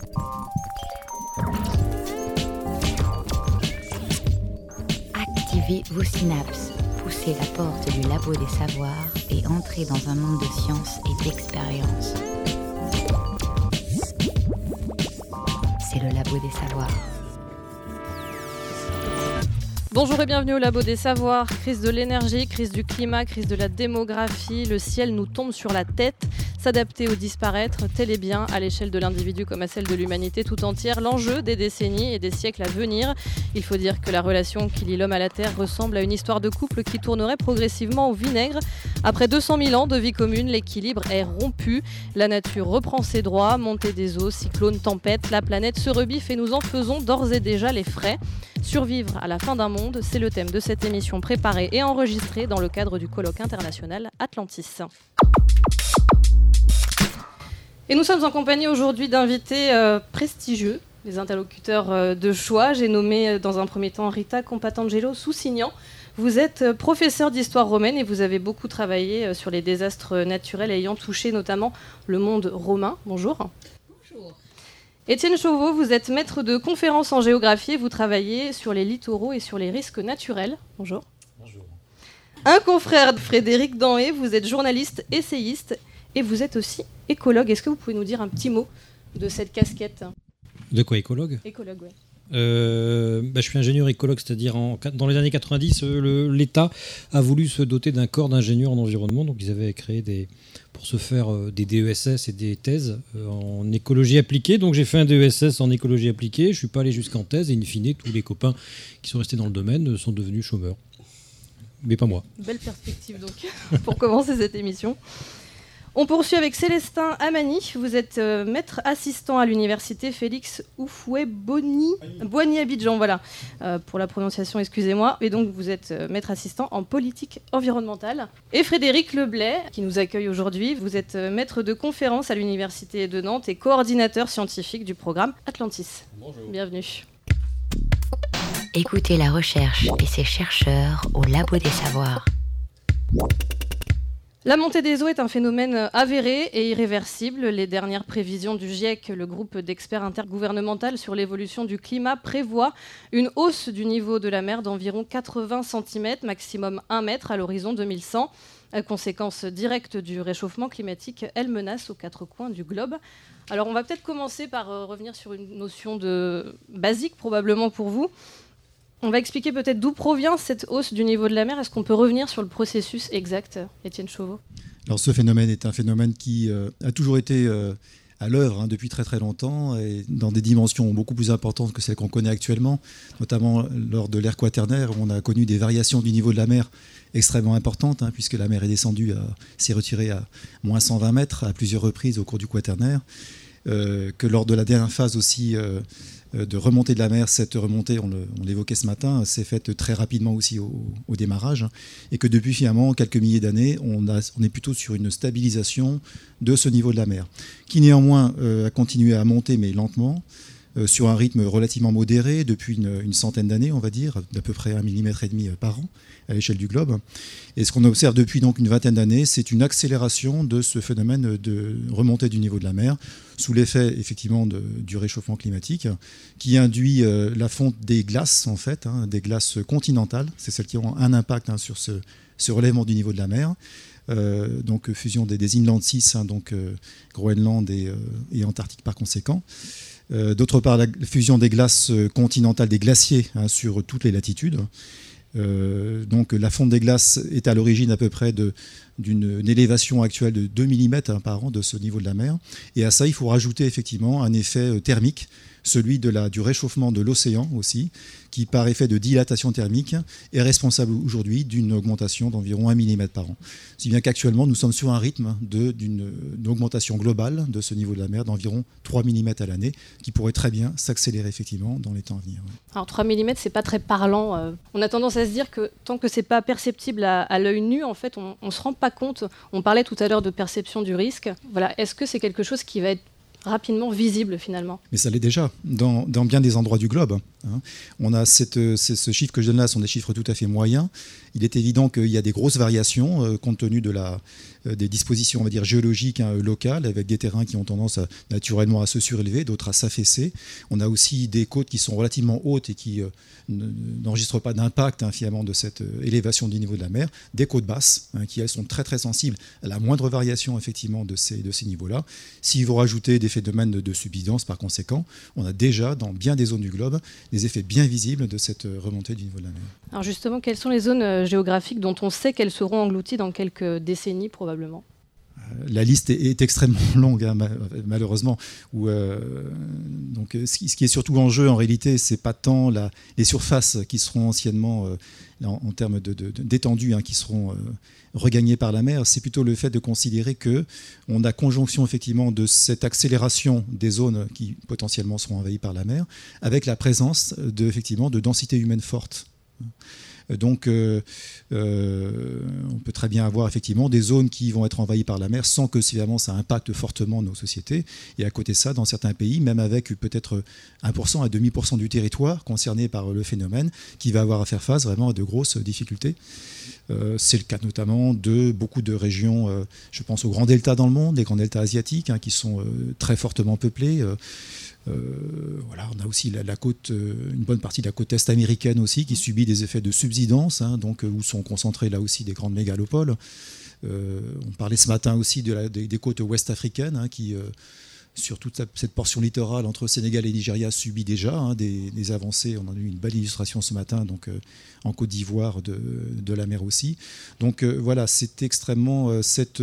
Activez vos synapses, poussez la porte du labo des savoirs et entrez dans un monde de science et d'expérience. C'est le labo des savoirs. Bonjour et bienvenue au Labo des Savoirs. Crise de l'énergie, crise du climat, crise de la démographie, le ciel nous tombe sur la tête. S'adapter ou disparaître, tel est bien, à l'échelle de l'individu comme à celle de l'humanité tout entière, l'enjeu des décennies et des siècles à venir. Il faut dire que la relation qui lie l'homme à la Terre ressemble à une histoire de couple qui tournerait progressivement au vinaigre. Après 200 000 ans de vie commune, l'équilibre est rompu. La nature reprend ses droits, montée des eaux, cyclones, tempêtes, la planète se rebiffe et nous en faisons d'ores et déjà les frais. Survivre à la fin d'un monde, c'est le thème de cette émission préparée et enregistrée dans le cadre du colloque international Atlantis. Et nous sommes en compagnie aujourd'hui d'invités prestigieux, des interlocuteurs de choix. J'ai nommé dans un premier temps Rita Compatangelo Soussignan. Vous êtes professeur d'histoire romaine et vous avez beaucoup travaillé sur les désastres naturels ayant touché notamment le monde romain. Bonjour. Bonjour. Étienne Chauveau, vous êtes maître de conférences en géographie et vous travaillez sur les littoraux et sur les risques naturels. Bonjour. Bonjour. Un confrère, Frédéric Danhé, vous êtes journaliste, essayiste et vous êtes aussi écologue. Est-ce que vous pouvez nous dire un petit mot de cette casquette ? De quoi, écologue ? Écologue, oui. Je suis ingénieur écologue, c'est-à-dire dans les années 90, l'État a voulu se doter d'un corps d'ingénieurs en environnement. Donc ils avaient créé pour se faire des DESS et des thèses en écologie appliquée. Donc j'ai fait un DESS en écologie appliquée. Je ne suis pas allé jusqu'en thèse et in fine, tous les copains qui sont restés dans le domaine sont devenus chômeurs. Mais pas moi. Belle perspective donc pour commencer cette émission. On poursuit avec Célestin Amani. Vous êtes maître assistant à l'université Félix Houphouët-Boigny Abidjan, voilà, pour la prononciation, excusez-moi. Et donc vous êtes maître assistant en politique environnementale. Et Frédéric Leblay, qui nous accueille aujourd'hui. Vous êtes maître de conférence à l'université de Nantes et coordinateur scientifique du programme Atlantis. Bonjour. Bienvenue. Écoutez la recherche et ses chercheurs au Labo des Savoirs. La montée des eaux est un phénomène avéré et irréversible. Les dernières prévisions du GIEC, le groupe d'experts intergouvernemental sur l'évolution du climat, prévoient une hausse du niveau de la mer d'environ 80 cm, maximum 1 mètre à l'horizon 2100. Conséquence directe du réchauffement climatique, elle menace aux quatre coins du globe. Alors on va peut-être commencer par revenir sur une notion basique probablement pour vous. On va expliquer peut-être d'où provient cette hausse du niveau de la mer. Est-ce qu'on peut revenir sur le processus exact, Étienne Chauveau ? Alors ce phénomène est un phénomène qui a toujours été à l'œuvre depuis très très longtemps et dans des dimensions beaucoup plus importantes que celles qu'on connaît actuellement, notamment lors de l'ère quaternaire où on a connu des variations du niveau de la mer extrêmement importantes, puisque la mer s'est retirée à moins 120 mètres à plusieurs reprises au cours du quaternaire, que lors de la dernière phase aussi de remontée de la mer, cette remontée, on l'évoquait ce matin, s'est faite très rapidement aussi au démarrage, et que depuis finalement quelques milliers d'années, on est plutôt sur une stabilisation de ce niveau de la mer, qui néanmoins a continué à monter, mais lentement, sur un rythme relativement modéré depuis une centaine d'années, on va dire, d'à peu près 1,5 mm par an à l'échelle du globe. Et ce qu'on observe depuis donc une vingtaine d'années, c'est une accélération de ce phénomène de remontée du niveau de la mer, sous l'effet effectivement du réchauffement climatique, qui induit la fonte des glaces, en fait, des glaces continentales. C'est celles qui ont un impact sur ce relèvement du niveau de la mer. Donc fusion des inland seas, donc Groenland et Antarctique par conséquent. D'autre part, la fusion des glaces continentales, des glaciers sur toutes les latitudes. Donc la fonte des glaces est à l'origine à peu près d'une élévation actuelle de 2 mm par an de ce niveau de la mer. Et à ça, il faut rajouter effectivement un effet thermique, celui du réchauffement de l'océan aussi, qui par effet de dilatation thermique est responsable aujourd'hui d'une augmentation d'environ 1 mm par an. Si bien qu'actuellement, nous sommes sur un rythme d'une augmentation globale de ce niveau de la mer d'environ 3 mm à l'année, qui pourrait très bien s'accélérer effectivement dans les temps à venir. Alors 3 mm, c'est pas très parlant. On a tendance à se dire que tant que c'est pas perceptible à l'œil nu, en fait, on se rend pas compte. On parlait tout à l'heure de perception du risque. Voilà. Est-ce que c'est quelque chose qui va être rapidement visible finalement. Mais ça l'est déjà dans bien des endroits du globe. Hein. On a ce chiffre que je donne là, sont des chiffres tout à fait moyens. Il est évident qu'il y a des grosses variations compte tenu des dispositions, on va dire, géologiques locales, avec des terrains qui ont tendance naturellement à se surélever, d'autres à s'affaisser. On a aussi des côtes qui sont relativement hautes et qui n'enregistrent pas d'impact finalement de cette élévation du niveau de la mer. Des côtes basses qui, elles, sont très très sensibles à la moindre variation effectivement de ces niveaux-là. Si vous rajoutez des phénomènes de subsidence, par conséquent, on a déjà dans bien des zones du globe des effets bien visibles de cette remontée du niveau de la mer. Alors justement, quelles sont les zones géographiques dont on sait qu'elles seront englouties dans quelques décennies probablement ? La liste est extrêmement longue, malheureusement. Donc, ce qui est surtout en jeu, en réalité, c'est pas tant les surfaces qui seront anciennement, en termes d'étendue, qui seront regagnées par la mer. C'est plutôt le fait de considérer qu'on a conjonction effectivement de cette accélération des zones qui potentiellement seront envahies par la mer, avec la présence de densités humaines fortes. Donc, on peut très bien avoir effectivement des zones qui vont être envahies par la mer sans que finalement ça impacte fortement nos sociétés. Et à côté de ça, dans certains pays, même avec peut-être 1% à 0,5% du territoire concerné par le phénomène, qui va avoir à faire face vraiment à de grosses difficultés. C'est le cas notamment de beaucoup de régions, je pense aux grands deltas dans le monde, les grands deltas asiatiques, qui sont très fortement peuplés. On a aussi la côte, une bonne partie de la côte est américaine aussi qui subit des effets de subsidence, où sont concentrées là aussi des grandes mégalopoles. On parlait ce matin aussi des côtes ouest africaines qui, sur toute cette portion littorale entre Sénégal et Nigeria, subit déjà des avancées. On en a eu une belle illustration ce matin, en Côte d'Ivoire de la mer aussi. Donc voilà, c'est extrêmement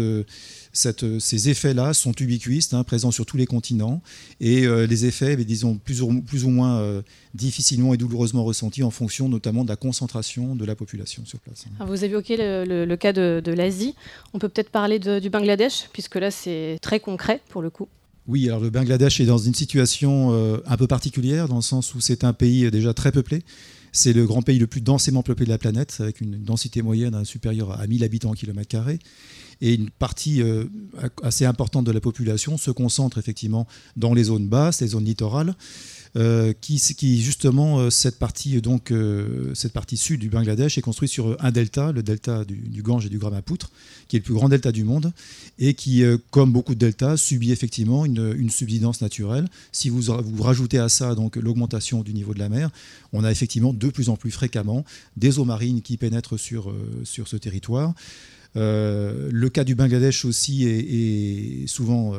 ces effets-là sont ubiquistes, présents sur tous les continents, et les effets, disons, plus ou moins difficilement et douloureusement ressentis en fonction notamment de la concentration de la population sur place. Alors vous évoquez le cas de l'Asie. On peut peut-être parler du Bangladesh, puisque là c'est très concret pour le coup. Oui, alors le Bangladesh est dans une situation un peu particulière, dans le sens où c'est un pays déjà très peuplé. C'est le grand pays le plus densément peuplé de la planète, avec une densité moyenne supérieure à 1000 habitants au kilomètre carré. Et une partie assez importante de la population se concentre effectivement dans les zones basses, les zones littorales, qui justement, cette partie sud du Bangladesh est construite sur un delta, le delta du Gange et du Brahmapoutre, qui est le plus grand delta du monde, et qui, comme beaucoup de deltas, subit effectivement une subsidence naturelle. Si vous rajoutez à ça donc l'augmentation du niveau de la mer, on a effectivement de plus en plus fréquemment des eaux marines qui pénètrent sur ce territoire. Le cas du Bangladesh aussi est souvent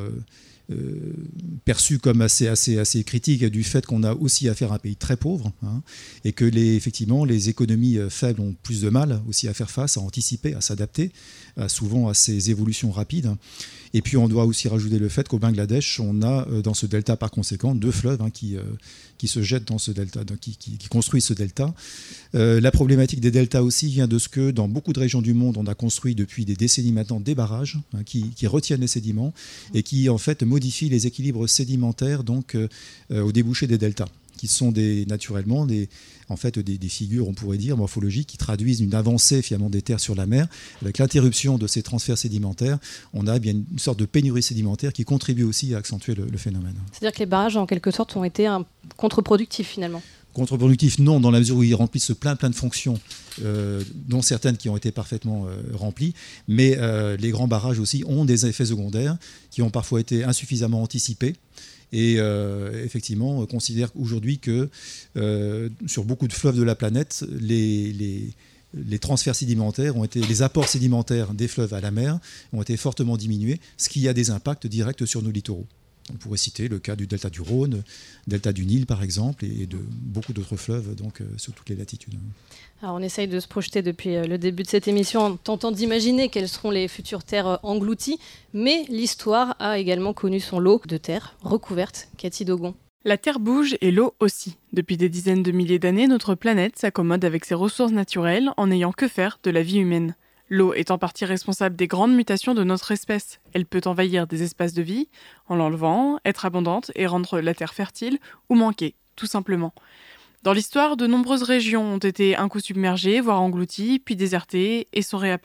perçu comme assez critique du fait qu'on a aussi affaire à un pays très pauvre, et que effectivement les économies faibles ont plus de mal aussi à faire face, à anticiper, à s'adapter souvent à ces évolutions rapides. Et puis on doit aussi rajouter le fait qu'au Bangladesh, on a dans ce delta par conséquent 2 fleuves qui se jettent dans ce delta, qui construisent ce delta. La problématique des deltas aussi vient de ce que dans beaucoup de régions du monde, on a construit depuis des décennies maintenant des barrages qui retiennent les sédiments et qui en fait modifient les équilibres sédimentaires au débouché des deltas, qui sont naturellement des figures, on pourrait dire, morphologiques, qui traduisent une avancée finalement des terres sur la mer. Avec l'interruption de ces transferts sédimentaires, on a bien une sorte de pénurie sédimentaire qui contribue aussi à accentuer le phénomène. C'est-à-dire que les barrages, en quelque sorte, ont été contre-productifs finalement. Contre-productif, non, dans la mesure où ils remplissent plein de fonctions, dont certaines qui ont été parfaitement remplies, mais les grands barrages aussi ont des effets secondaires qui ont parfois été insuffisamment anticipés. Et effectivement, on considère aujourd'hui que sur beaucoup de fleuves de la planète, les transferts sédimentaires les apports sédimentaires des fleuves à la mer ont été fortement diminués, ce qui a des impacts directs sur nos littoraux. On pourrait citer le cas du delta du Rhône, delta du Nil par exemple, et de beaucoup d'autres fleuves sur toutes les latitudes. Alors on essaye de se projeter depuis le début de cette émission en tentant d'imaginer quelles seront les futures terres englouties, mais l'histoire a également connu son lot de terres recouvertes. Cathy Dogon. La Terre bouge et l'eau aussi. Depuis des dizaines de milliers d'années, notre planète s'accommode avec ses ressources naturelles en n'ayant que faire de la vie humaine. L'eau est en partie responsable des grandes mutations de notre espèce. Elle peut envahir des espaces de vie en l'enlevant, être abondante et rendre la terre fertile ou manquer, tout simplement. Dans l'histoire, de nombreuses régions ont été un coup submergées, voire englouties, puis désertées et sont réapparues.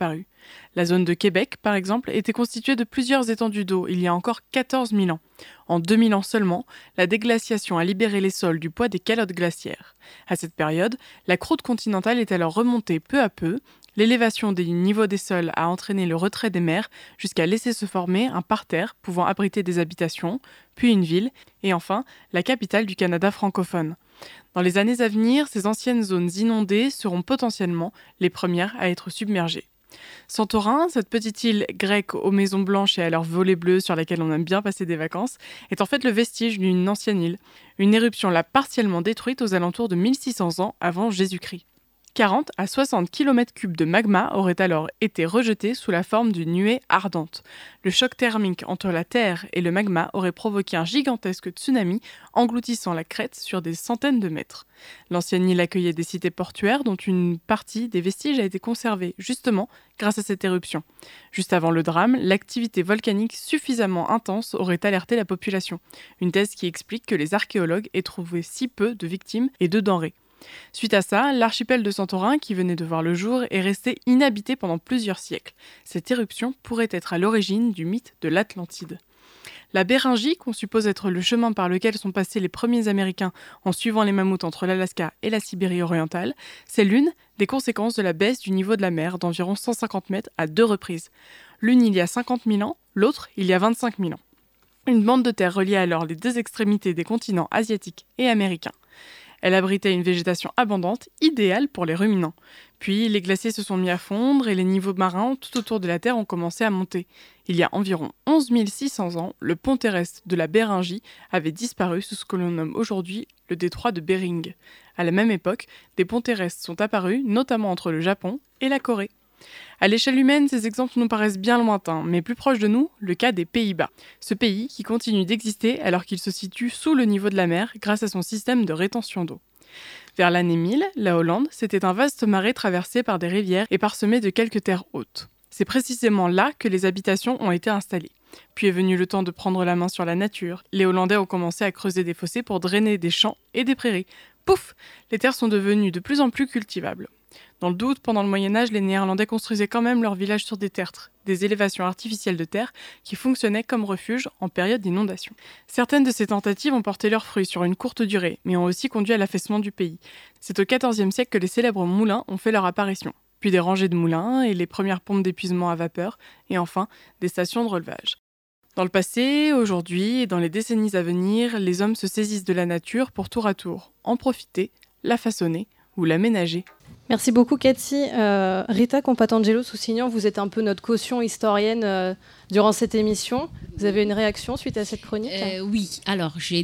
La zone de Québec, par exemple, était constituée de plusieurs étendues d'eau il y a encore 14 000 ans. En 2000 ans seulement, la déglaciation a libéré les sols du poids des calottes glaciaires. À cette période, la croûte continentale est alors remontée peu à peu. L'élévation des niveaux des sols a entraîné le retrait des mers jusqu'à laisser se former un parterre pouvant abriter des habitations, puis une ville, et enfin la capitale du Canada francophone. Dans les années à venir, ces anciennes zones inondées seront potentiellement les premières à être submergées. Santorin, cette petite île grecque aux maisons blanches et à leurs volets bleus sur laquelle on aime bien passer des vacances, est en fait le vestige d'une ancienne île. Une éruption l'a partiellement détruite aux alentours de 1600 ans avant Jésus-Christ. 40 à 60 km3 de magma auraient alors été rejetés sous la forme d'une nuée ardente. Le choc thermique entre la Terre et le magma aurait provoqué un gigantesque tsunami engloutissant la crête sur des centaines de mètres. L'ancienne île accueillait des cités portuaires dont une partie des vestiges a été conservée, justement grâce à cette éruption. Juste avant le drame, l'activité volcanique suffisamment intense aurait alerté la population. Une thèse qui explique que les archéologues aient trouvé si peu de victimes et de denrées. Suite à ça, l'archipel de Santorin, qui venait de voir le jour, est resté inhabité pendant plusieurs siècles. Cette éruption pourrait être à l'origine du mythe de l'Atlantide. La Béringie, qu'on suppose être le chemin par lequel sont passés les premiers Américains en suivant les mammouths entre l'Alaska et la Sibérie orientale, c'est l'une des conséquences de la baisse du niveau de la mer d'environ 150 mètres à 2 reprises. L'une il y a 50 000 ans, l'autre il y a 25 000 ans. Une bande de terre reliait alors les deux extrémités des continents asiatiques et américains. Elle abritait une végétation abondante, idéale pour les ruminants. Puis les glaciers se sont mis à fondre et les niveaux marins tout autour de la Terre ont commencé à monter. Il y a environ 11 600 ans, le pont terrestre de la Béringie avait disparu sous ce que l'on nomme aujourd'hui le détroit de Bering. À la même époque, des ponts terrestres sont apparus, notamment entre le Japon et la Corée. À l'échelle humaine, ces exemples nous paraissent bien lointains, mais plus proche de nous, le cas des Pays-Bas. Ce pays qui continue d'exister alors qu'il se situe sous le niveau de la mer grâce à son système de rétention d'eau. Vers l'année 1000, la Hollande, c'était un vaste marais traversé par des rivières et parsemé de quelques terres hautes. C'est précisément là que les habitations ont été installées. Puis est venu le temps de prendre la main sur la nature. Les Hollandais ont commencé à creuser des fossés pour drainer des champs et des prairies. Pouf! Les terres sont devenues de plus en plus cultivables. Dans le doute, pendant le Moyen-Âge, les Néerlandais construisaient quand même leur village sur des tertres, des élévations artificielles de terre qui fonctionnaient comme refuge en période d'inondation. Certaines de ces tentatives ont porté leurs fruits sur une courte durée, mais ont aussi conduit à l'affaissement du pays. C'est au XIVe siècle que les célèbres moulins ont fait leur apparition, puis des rangées de moulins et les premières pompes d'épuisement à vapeur, et enfin des stations de relevage. Dans le passé, aujourd'hui et dans les décennies à venir, les hommes se saisissent de la nature pour tour à tour en profiter, la façonner ou l'aménager. Merci beaucoup Cathy. Rita Compatangelo-Soussignan, vous êtes un peu notre caution historienne durant cette émission. Vous avez une réaction suite à cette chronique ? Oui, alors j'ai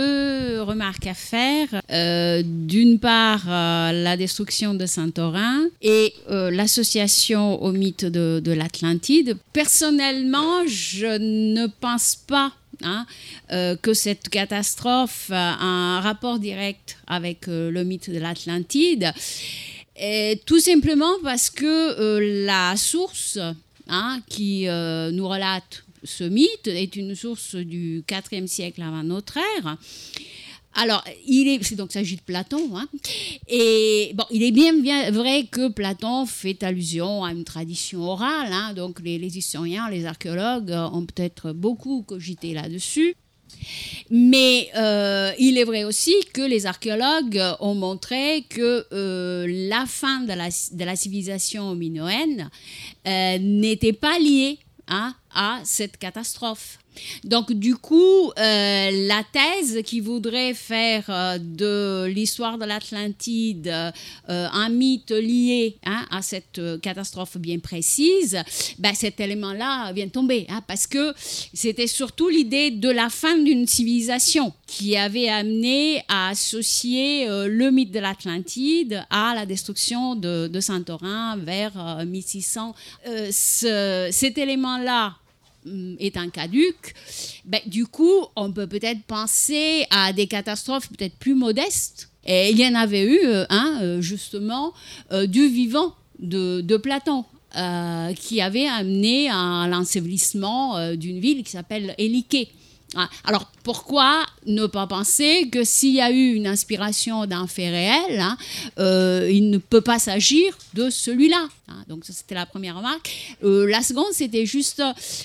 2 remarques à faire. D'une part, la destruction de Santorin et l'association au mythe de l'Atlantide. Personnellement, je ne pense pas que cette catastrophe a un rapport direct avec le mythe de l'Atlantide. Et tout simplement parce que la source qui nous relate ce mythe est une source du IVe siècle avant notre ère. Alors, il s'agit de Platon. Et bon, il est bien vrai que Platon fait allusion à une tradition orale. Donc, les historiens, les archéologues ont peut-être beaucoup cogité là-dessus. Mais il est vrai aussi que les archéologues ont montré que la fin de la civilisation minoenne n'était pas liée à cette catastrophe. Donc, du coup, la thèse qui voudrait faire de l'histoire de l'Atlantide un mythe lié à cette catastrophe bien précise, cet élément-là vient tomber, parce que c'était surtout l'idée de la fin d'une civilisation qui avait amené à associer le mythe de l'Atlantide à la destruction de Santorin vers 1600. Cet élément-là étant caduque, du coup, on peut peut-être penser à des catastrophes peut-être plus modestes. Et il y en avait eu, justement, du vivant de Platon, qui avait amené à l'ensevelissement d'une ville qui s'appelle Éliké. Alors, pourquoi ne pas penser que s'il y a eu une inspiration d'un fait réel, il ne peut pas s'agir de celui-là. Donc, ça, c'était la première remarque. La seconde, c'était juste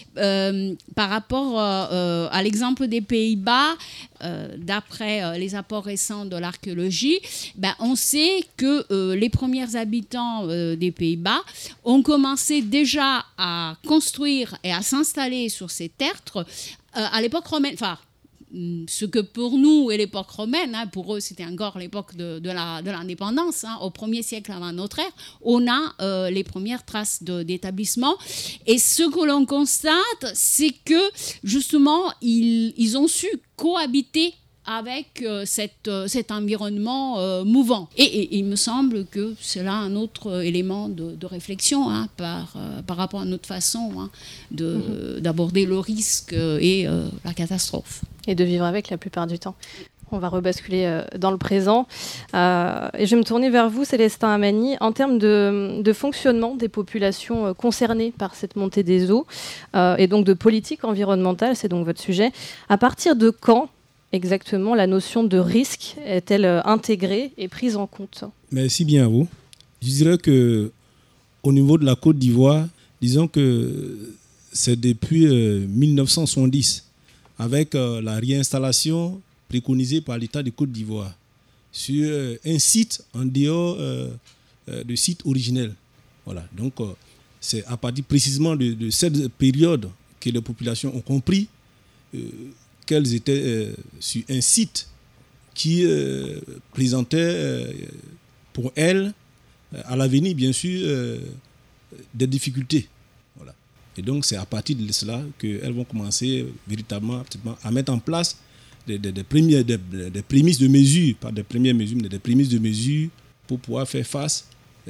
par rapport à l'exemple des Pays-Bas, d'après les apports récents de l'archéologie, on sait que les premiers habitants des Pays-Bas ont commencé déjà à construire et à s'installer sur ces terres à l'époque romaine, ce que pour nous est l'époque romaine, pour eux c'était encore l'époque de l'indépendance, au 1er siècle avant notre ère, on a les premières traces d'établissement. Et ce que l'on constate, c'est que justement, ils ont su cohabiter avec cet environnement mouvant. Et il me semble que c'est là un autre élément de réflexion par rapport à notre façon d'aborder le risque et la catastrophe. Et de vivre avec la plupart du temps. On va rebasculer dans le présent. Et je vais me tourner vers vous, Célestin Amani, en termes de fonctionnement des populations concernées par cette montée des eaux et donc de politique environnementale, c'est donc votre sujet. À partir de quand exactement la notion de risque est-elle intégrée et prise en compte ? Merci bien à vous. Je dirais qu'au niveau de la Côte d'Ivoire, disons que c'est depuis 1970, avec la réinstallation préconisée par l'État de Côte d'Ivoire sur un site en dehors du site originel. Voilà. Donc, c'est à partir précisément de cette période que les populations ont compris qu'elles étaient sur un site qui présentait pour elles, à l'avenir, bien sûr, des difficultés. Voilà. Et donc, c'est à partir de cela qu'elles vont commencer véritablement à mettre en place des prémices de mesures, pas des premières mesures, mais des prémices de mesures pour pouvoir faire face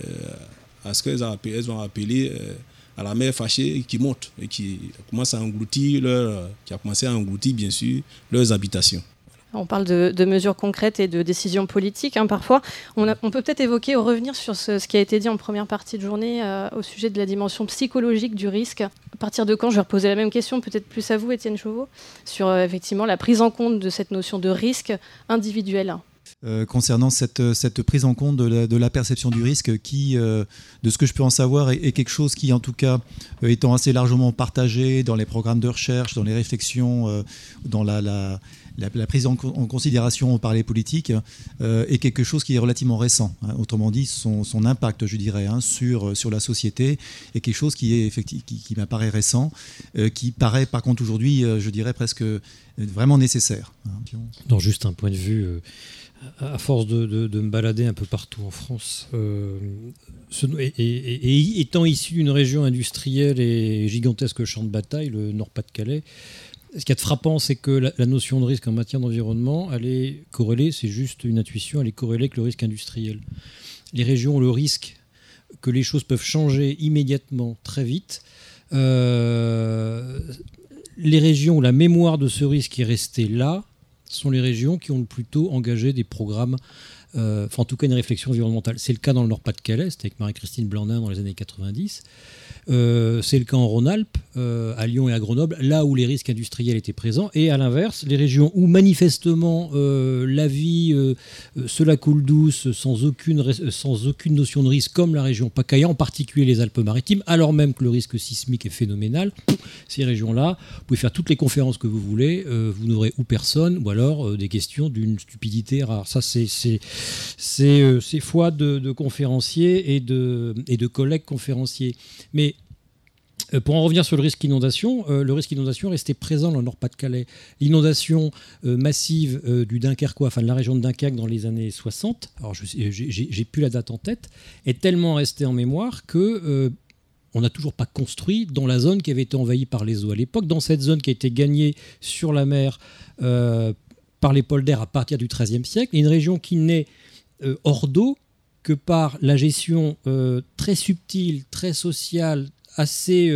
à ce qu'elles ont appelé à la mer fâchée qui monte et qui commence à engloutir bien sûr leurs habitations. On parle de mesures concrètes et de décisions politiques. Parfois, on peut peut-être évoquer ou revenir sur ce qui a été dit en première partie de journée au sujet de la dimension psychologique du risque. À partir de quand, je vais reposer la même question, peut-être plus à vous, Étienne Chauveau, sur effectivement la prise en compte de cette notion de risque individuel. Concernant cette prise en compte de la perception du risque qui, de ce que je peux en savoir, est quelque chose qui, en tout cas, étant assez largement partagé dans les programmes de recherche, dans les réflexions, dans la prise en considération par les politiques, est quelque chose qui est relativement récent. Autrement dit, son impact, je dirais, sur la société est quelque chose qui m'apparaît récent, qui paraît par contre aujourd'hui, je dirais, presque vraiment nécessaire. Non, juste un point de vue... à force de me balader un peu partout en France, et étant issu d'une région industrielle et gigantesque champ de bataille, le Nord-Pas-de-Calais, ce qu'il y a de frappant, c'est que la notion de risque en matière d'environnement, elle est corrélée, c'est juste une intuition, elle est corrélée avec le risque industriel. Les régions ont le risque que les choses peuvent changer immédiatement, très vite. Les régions où la mémoire de ce risque est restée là, sont les régions qui ont le plus tôt engagé des programmes, en tout cas une réflexion environnementale. C'est le cas dans le Nord-Pas-de-Calais, c'était avec Marie-Christine Blandin dans les années 90. C'est le cas en Rhône-Alpes, à Lyon et à Grenoble, là où les risques industriels étaient présents. Et à l'inverse, les régions où manifestement la vie se la coule douce, sans aucune notion de risque, comme la région PACA, en particulier les Alpes-Maritimes, alors même que le risque sismique est phénoménal, ces régions-là, vous pouvez faire toutes les conférences que vous voulez, vous n'aurez ou personne, ou alors des questions d'une stupidité rare. Ça, c'est foi de conférenciers et de collègues conférenciers. Mais pour en revenir sur le risque inondation restait présent dans le Nord-Pas-de-Calais. L'inondation massive du Dunkerquois, de la région de Dunkerque dans les années 60, alors j'ai plus la date en tête, est tellement restée en mémoire que on n'a toujours pas construit dans la zone qui avait été envahie par les eaux à l'époque, dans cette zone qui a été gagnée sur la mer par les polders à partir du XIIIe siècle, et une région qui n'est hors d'eau que par la gestion très subtile, très sociale, assez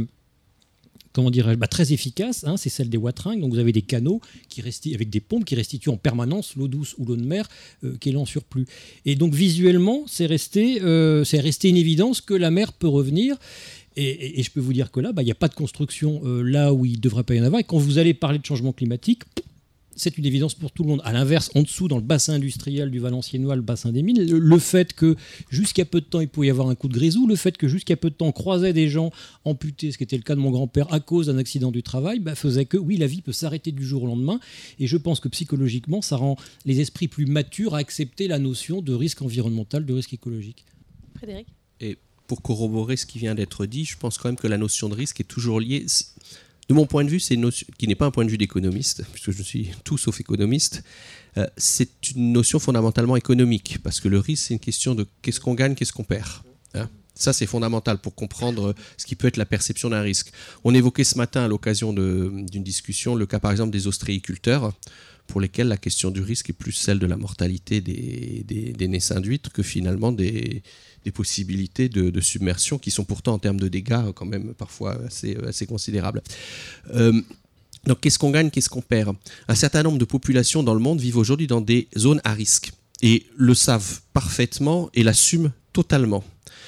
très efficace, c'est celle des wateringues. Donc vous avez des canaux avec des pompes qui restituent en permanence l'eau douce ou l'eau de mer qui est là en surplus. Et donc visuellement, c'est resté une évidence que la mer peut revenir. Et je peux vous dire que là, il n'y a pas de construction là où il ne devrait pas y en avoir. Et quand vous allez parler de changement climatique, c'est une évidence pour tout le monde. À l'inverse, en dessous, dans le bassin industriel du Valenciennois, le bassin des mines, le fait que jusqu'à peu de temps, il pouvait y avoir un coup de grisou, le fait que jusqu'à peu de temps, on croisait des gens amputés, ce qui était le cas de mon grand-père, à cause d'un accident du travail, faisait que, oui, la vie peut s'arrêter du jour au lendemain. Et je pense que psychologiquement, ça rend les esprits plus matures à accepter la notion de risque environnemental, de risque écologique. Frédéric ? Et pour corroborer ce qui vient d'être dit, je pense quand même que la notion de risque est toujours liée... De mon point de vue, c'est une notion qui n'est pas un point de vue d'économiste, puisque je suis tout sauf économiste. C'est une notion fondamentalement économique, parce que le risque, c'est une question de qu'est-ce qu'on gagne, qu'est-ce qu'on perd. Ça, c'est fondamental pour comprendre ce qui peut être la perception d'un risque. On évoquait ce matin, à l'occasion d'une discussion, le cas par exemple des ostréiculteurs, pour lesquels la question du risque est plus celle de la mortalité des naisses induites que finalement des possibilités de submersion qui sont pourtant en termes de dégâts quand même parfois assez considérables. Donc qu'est-ce qu'on gagne, qu'est-ce qu'on perd ? Un certain nombre de populations dans le monde vivent aujourd'hui dans des zones à risque et le savent parfaitement et l'assument totalement.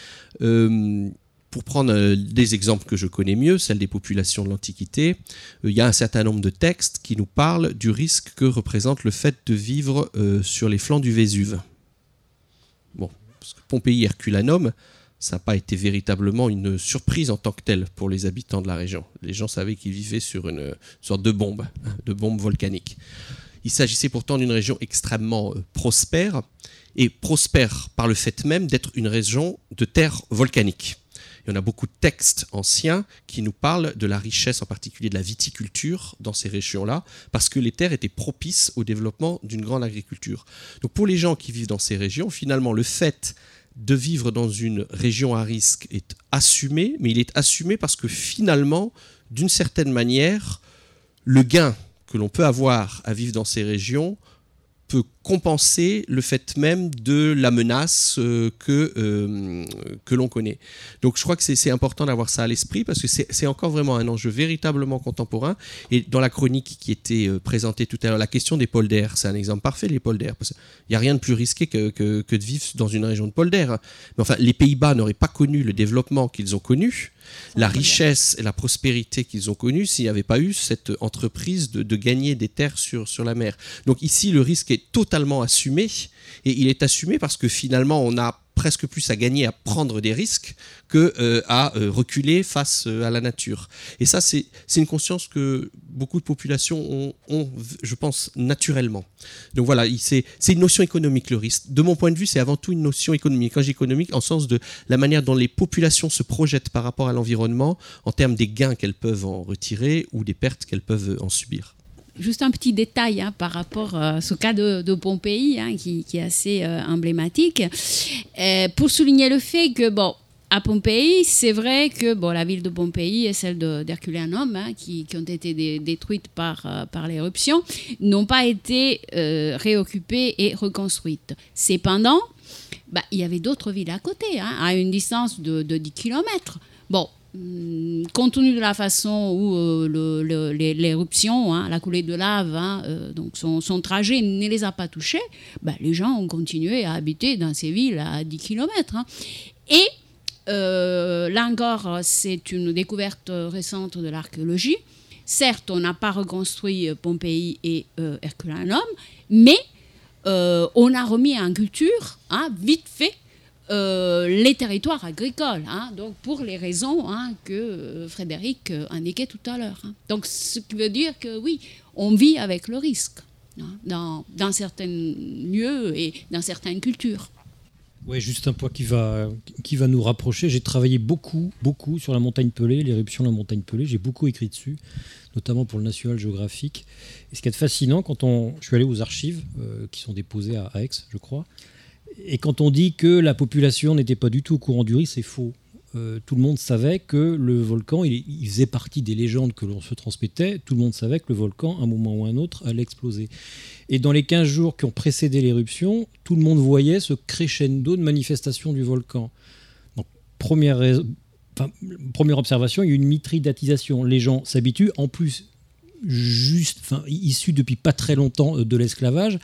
Pour prendre des exemples que je connais mieux, celles des populations de l'Antiquité, il y a un certain nombre de textes qui nous parlent du risque que représente le fait de vivre sur les flancs du Vésuve. Bon, parce que Pompéi Herculanum, ça n'a pas été véritablement une surprise en tant que telle pour les habitants de la région. Les gens savaient qu'ils vivaient sur une sorte de bombe volcanique. Il s'agissait pourtant d'une région extrêmement prospère, et prospère par le fait même d'être une région de terre volcanique. Il y en a beaucoup de textes anciens qui nous parlent de la richesse, en particulier de la viticulture dans ces régions-là, parce que les terres étaient propices au développement d'une grande agriculture. Donc pour les gens qui vivent dans ces régions, finalement, le fait de vivre dans une région à risque est assumé, mais il est assumé parce que finalement, d'une certaine manière, le gain que l'on peut avoir à vivre dans ces régions peut compenser le fait même de la menace que l'on connaît. Donc je crois que c'est important d'avoir ça à l'esprit parce que c'est encore vraiment un enjeu véritablement contemporain. Et dans la chronique qui était présentée tout à l'heure, la question des polders, c'est un exemple parfait, les polders. Il n'y a rien de plus risqué que de vivre dans une région de polders. Mais enfin, les Pays-Bas n'auraient pas connu le développement qu'ils ont connu, la richesse et la prospérité qu'ils ont connue s'il n'y avait pas eu cette entreprise de gagner des terres sur la mer. Donc ici, le risque est totalement assumé, et il est assumé parce que finalement, on a presque plus à gagner à prendre des risques que à reculer face à la nature. Et ça, c'est une conscience que beaucoup de populations ont, je pense, naturellement. Donc voilà, c'est une notion économique, le risque. De mon point de vue, c'est avant tout une notion économique. Quand j'ai économique, en sens de la manière dont les populations se projettent par rapport à l'environnement, en termes des gains qu'elles peuvent en retirer ou des pertes qu'elles peuvent en subir. Juste un petit détail par rapport à ce cas de Pompéi qui est assez emblématique. Pour souligner le fait que, à Pompéi, c'est vrai que la ville de Pompéi et celle d'Herculanum, qui ont été détruites par l'éruption, n'ont pas été réoccupées et reconstruites. Cependant, il y avait d'autres villes à côté, à une distance de 10 km. Compte tenu de la façon où l'éruption, la coulée de lave, donc son trajet ne les a pas touchés, les gens ont continué à habiter dans ces villes à 10 km. Et là encore, c'est une découverte récente de l'archéologie. Certes, on n'a pas reconstruit Pompéi et Herculanum, mais on a remis en culture, vite fait, les territoires agricoles, donc pour les raisons que Frédéric indiquait tout à l'heure. Donc, ce qui veut dire que oui, on vit avec le risque dans certains lieux et dans certaines cultures. Oui, juste un point qui va nous rapprocher. J'ai travaillé beaucoup sur la montagne Pelée, l'éruption de la montagne Pelée. J'ai beaucoup écrit dessus, notamment pour le National Geographic. Et ce qui est fascinant, je suis allé aux archives qui sont déposées à Aix, je crois. Et quand on dit que la population n'était pas du tout au courant du risque, c'est faux. Tout le monde savait que le volcan, il faisait partie des légendes que l'on se transmettait. Tout le monde savait que le volcan, à un moment ou à un autre, allait exploser. Et dans les 15 jours qui ont précédé l'éruption, tout le monde voyait ce crescendo de manifestation du volcan. Donc, première observation, il y a une mitridatisation. Les gens s'habituent. En plus, issu depuis pas très longtemps de l'esclavage.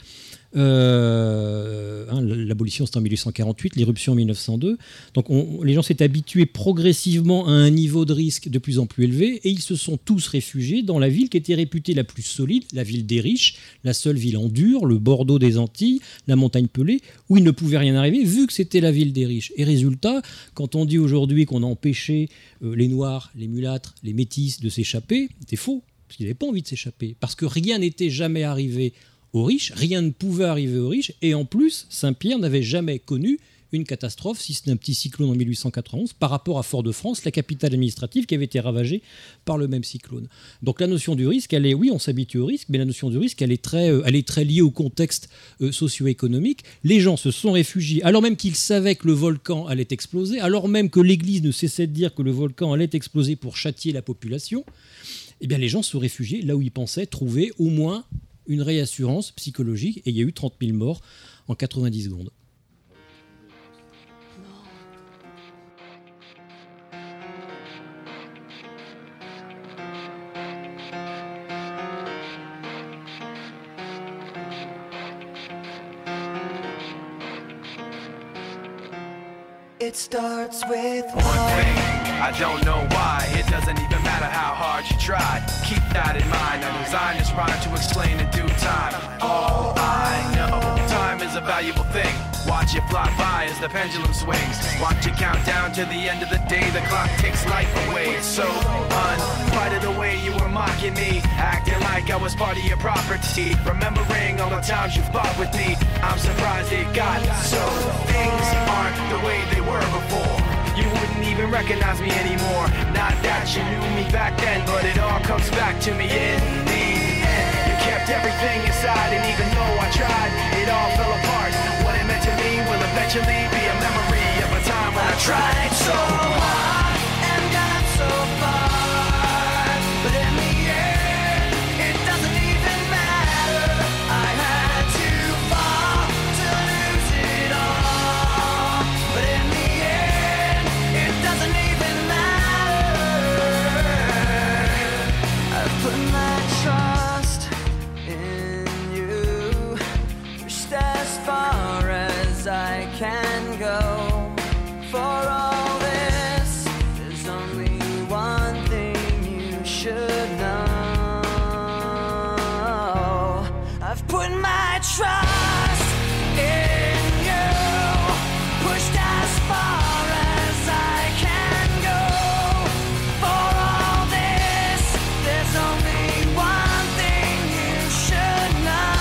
L'abolition c'était en 1848, l'irruption en 1902. Donc les gens s'étaient habitués progressivement à un niveau de risque de plus en plus élevé et ils se sont tous réfugiés dans la ville qui était réputée la plus solide, la ville des riches, la seule ville en dur, le Bordeaux des Antilles, la montagne Pelée, où il ne pouvait rien arriver vu que c'était la ville des riches. Et résultat, quand on dit aujourd'hui qu'on a empêché les Noirs, les mulâtres, les métis de s'échapper, c'est faux, parce qu'ils n'avaient pas envie de s'échapper, parce que rien n'était jamais arrivé aux riches, rien ne pouvait arriver aux riches, et en plus, Saint-Pierre n'avait jamais connu une catastrophe, si ce n'est un petit cyclone en 1891, par rapport à Fort-de-France, la capitale administrative qui avait été ravagée par le même cyclone. Donc la notion du risque, oui, on s'habitue au risque, mais la notion du risque, elle est très liée au contexte socio-économique. Les gens se sont réfugiés, alors même qu'ils savaient que le volcan allait exploser, alors même que l'Église ne cessait de dire que le volcan allait exploser pour châtier la population, eh bien les gens se réfugiaient là où ils pensaient trouver au moins une réassurance psychologique, et il y a eu 30 000 morts en 90 secondes. It starts with one thing, I don't know why. It doesn't even matter how hard you try. Keep that in mind, I designed this rhyme to explain in due time. All I know, time is a valuable thing. Watch it fly by as the pendulum swings. Watch it count down to the end of the day. The clock takes life away. It's so unquite of the way you were mocking me, acting like I was part of your property. Remembering all the times you fought with me, I'm surprised it got so. Things aren't the way they were before. You wouldn't even recognize me anymore. Not that you knew me back then, but it all comes back to me in the end. You kept everything inside, and even though I tried, it all fell apart. What it meant to me will eventually be a memory of a time when I tried so hard and got so far, but in the end, it doesn't even matter. I had to fall to lose it all, but in the end, it doesn't even matter. I've put my trust in you, pushed as far as I can go. For all this, there's only one thing you should know. I've put my trust in you, pushed as far as I can go. For all this, there's only one thing you should know.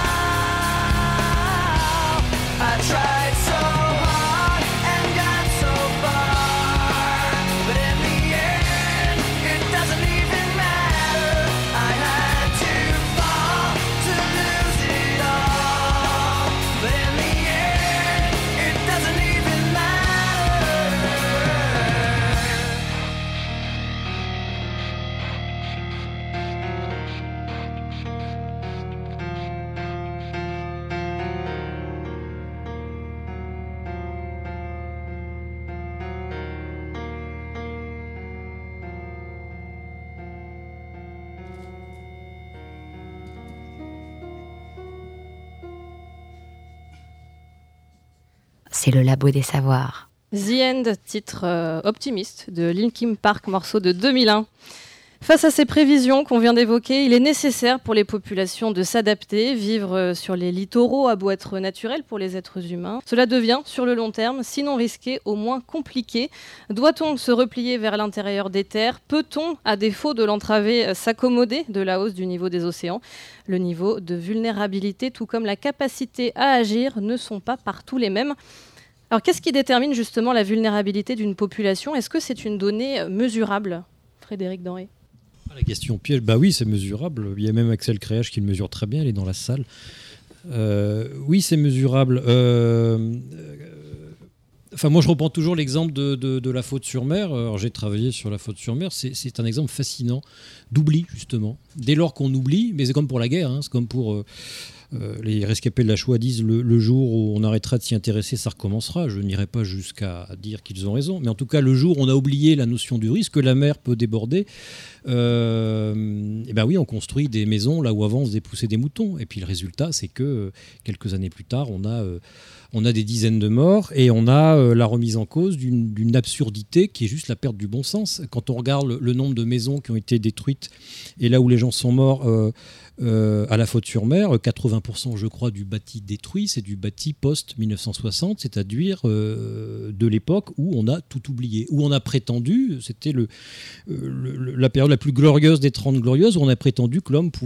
I tried so hard and got so far, but in the end, it doesn't even matter. I had to fall to lose it all, but in the end, it doesn't even matter. C'est le labo des savoirs. The End, titre optimiste de Linkin Park, morceau de 2001. Face à ces prévisions qu'on vient d'évoquer, il est nécessaire pour les populations de s'adapter. Vivre sur les littoraux a beau être naturel pour les êtres humains, cela devient, sur le long terme, sinon risqué, au moins compliqué. Doit-on se replier vers l'intérieur des terres ? Peut-on, à défaut de l'entraver, s'accommoder de la hausse du niveau des océans ? Le niveau de vulnérabilité, tout comme la capacité à agir, ne sont pas partout les mêmes. Alors, qu'est-ce qui détermine justement la vulnérabilité d'une population ? Est-ce que c'est une donnée mesurable ? Frédéric Denré. La question piège, bah oui, c'est mesurable. Il y a même Axel Créage qui le mesure très bien, il est dans la salle. Oui, c'est mesurable. Enfin, moi, je reprends toujours l'exemple de la Faute-sur-Mer. Alors, j'ai travaillé sur la Faute-sur-Mer. C'est un exemple fascinant d'oubli, justement. Dès lors qu'on oublie, mais c'est comme pour la guerre, hein, c'est comme pour les rescapés de la Shoah disent le jour où on arrêtera de s'y intéresser, ça recommencera. Je n'irai pas jusqu'à dire qu'ils ont raison. Mais en tout cas, le jour où on a oublié la notion du risque, que la mer peut déborder, et ben oui, on construit des maisons là où avant on faisait pousser des moutons. Et puis le résultat, c'est que quelques années plus tard, on a des dizaines de morts et on a la remise en cause d'une absurdité qui est juste la perte du bon sens. Quand on regarde le nombre de maisons qui ont été détruites et là où les gens sont morts à la Faute-sur-Mer, 80% je crois du bâti détruit, c'est du bâti post-1960, c'est-à-dire de l'époque où on a tout oublié, où on a prétendu, c'était la période la plus glorieuse des 30 glorieuses, où on a prétendu que l'homme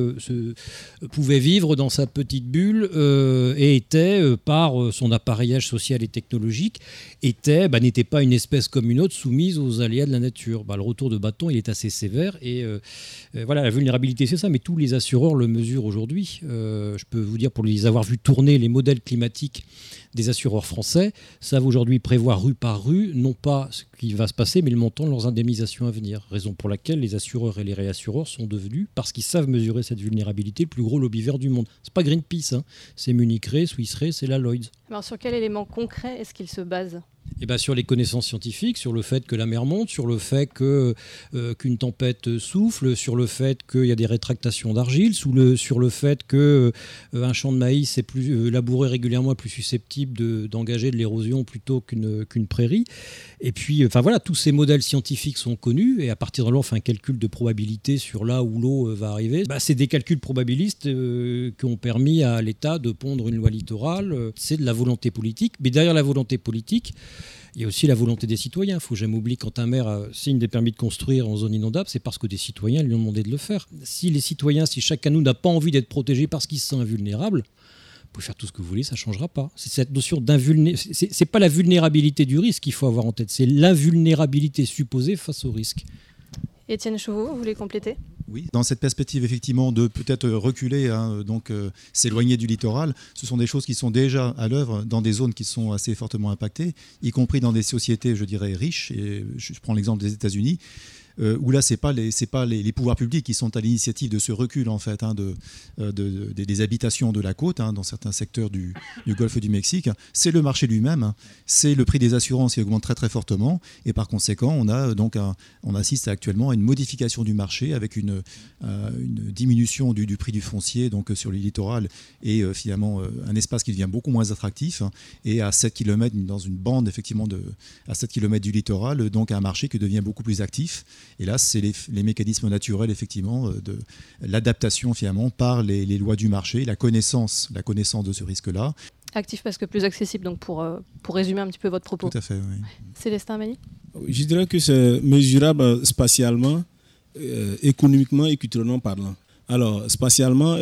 pouvait vivre dans sa petite bulle et était, par son appareillage social et technologique, n'était pas une espèce comme une autre soumise aux aléas de la nature. Le retour de bâton, il est assez sévère et voilà, la vulnérabilité, c'est ça, mais tous les assureurs le mesurent aujourd'hui. Je peux vous dire, pour les avoir vu tourner les modèles climatiques des assureurs français, savent aujourd'hui prévoir rue par rue, non pas ce qui va se passer, mais le montant de leurs indemnisations à venir. Raison pour laquelle les assureurs et les réassureurs sont devenus, parce qu'ils savent mesurer cette vulnérabilité, le plus gros lobby vert du monde. C'est pas Greenpeace, hein. C'est Munich Re, Swiss Re, c'est la Lloyd's. Alors sur quel élément concret est-ce qu'il se base ? Sur les connaissances scientifiques, sur le fait que la mer monte, sur le fait qu'une tempête souffle, sur le fait qu'il y a des rétractations d'argile, sur le fait qu'un champ de maïs est plus labouré régulièrement est plus susceptible d'engager de l'érosion plutôt qu'une prairie. Et puis, tous ces modèles scientifiques sont connus et à partir de là, on fait un calcul de probabilité sur là où l'eau va arriver. C'est des calculs probabilistes qui ont permis à l'État de pondre une loi littorale. C'est de la volonté politique. Mais derrière la volonté politique, il y a aussi la volonté des citoyens. Il ne faut jamais oublier quand un maire signe des permis de construire en zone inondable, c'est parce que des citoyens lui ont demandé de le faire. Si chacun de nous n'a pas envie d'être protégé parce qu'il se sent invulnérable, vous pouvez faire tout ce que vous voulez, ça ne changera pas. C'est cette notion d'invulnérabilité. C'est pas la vulnérabilité du risque qu'il faut avoir en tête, c'est l'invulnérabilité supposée face au risque. Étienne Chauveau, vous voulez compléter ? Oui, dans cette perspective effectivement de peut-être reculer, s'éloigner du littoral, ce sont des choses qui sont déjà à l'œuvre dans des zones qui sont assez fortement impactées, y compris dans des sociétés, je dirais, riches. Et je prends l'exemple des États-Unis, où là, c'est pas les pouvoirs publics qui sont à l'initiative de ce recul en fait, des habitations de la côte, dans certains secteurs du golfe du Mexique. C'est le marché lui-même, c'est le prix des assurances qui augmente très très fortement, et par conséquent, on assiste actuellement à une modification du marché avec une diminution du prix du foncier sur le littoral et finalement un espace qui devient beaucoup moins attractif, et à 7 km dans une bande effectivement à 7 km du littoral, donc un marché qui devient beaucoup plus actif. Et là, c'est les mécanismes naturels, effectivement, de l'adaptation, finalement, par les lois du marché, la connaissance de ce risque-là. Actif parce que plus accessible, donc pour résumer un petit peu votre propos. Tout à fait, oui. Célestin Amani ? Je dirais que c'est mesurable spatialement, économiquement et culturellement parlant. Alors, spatialement,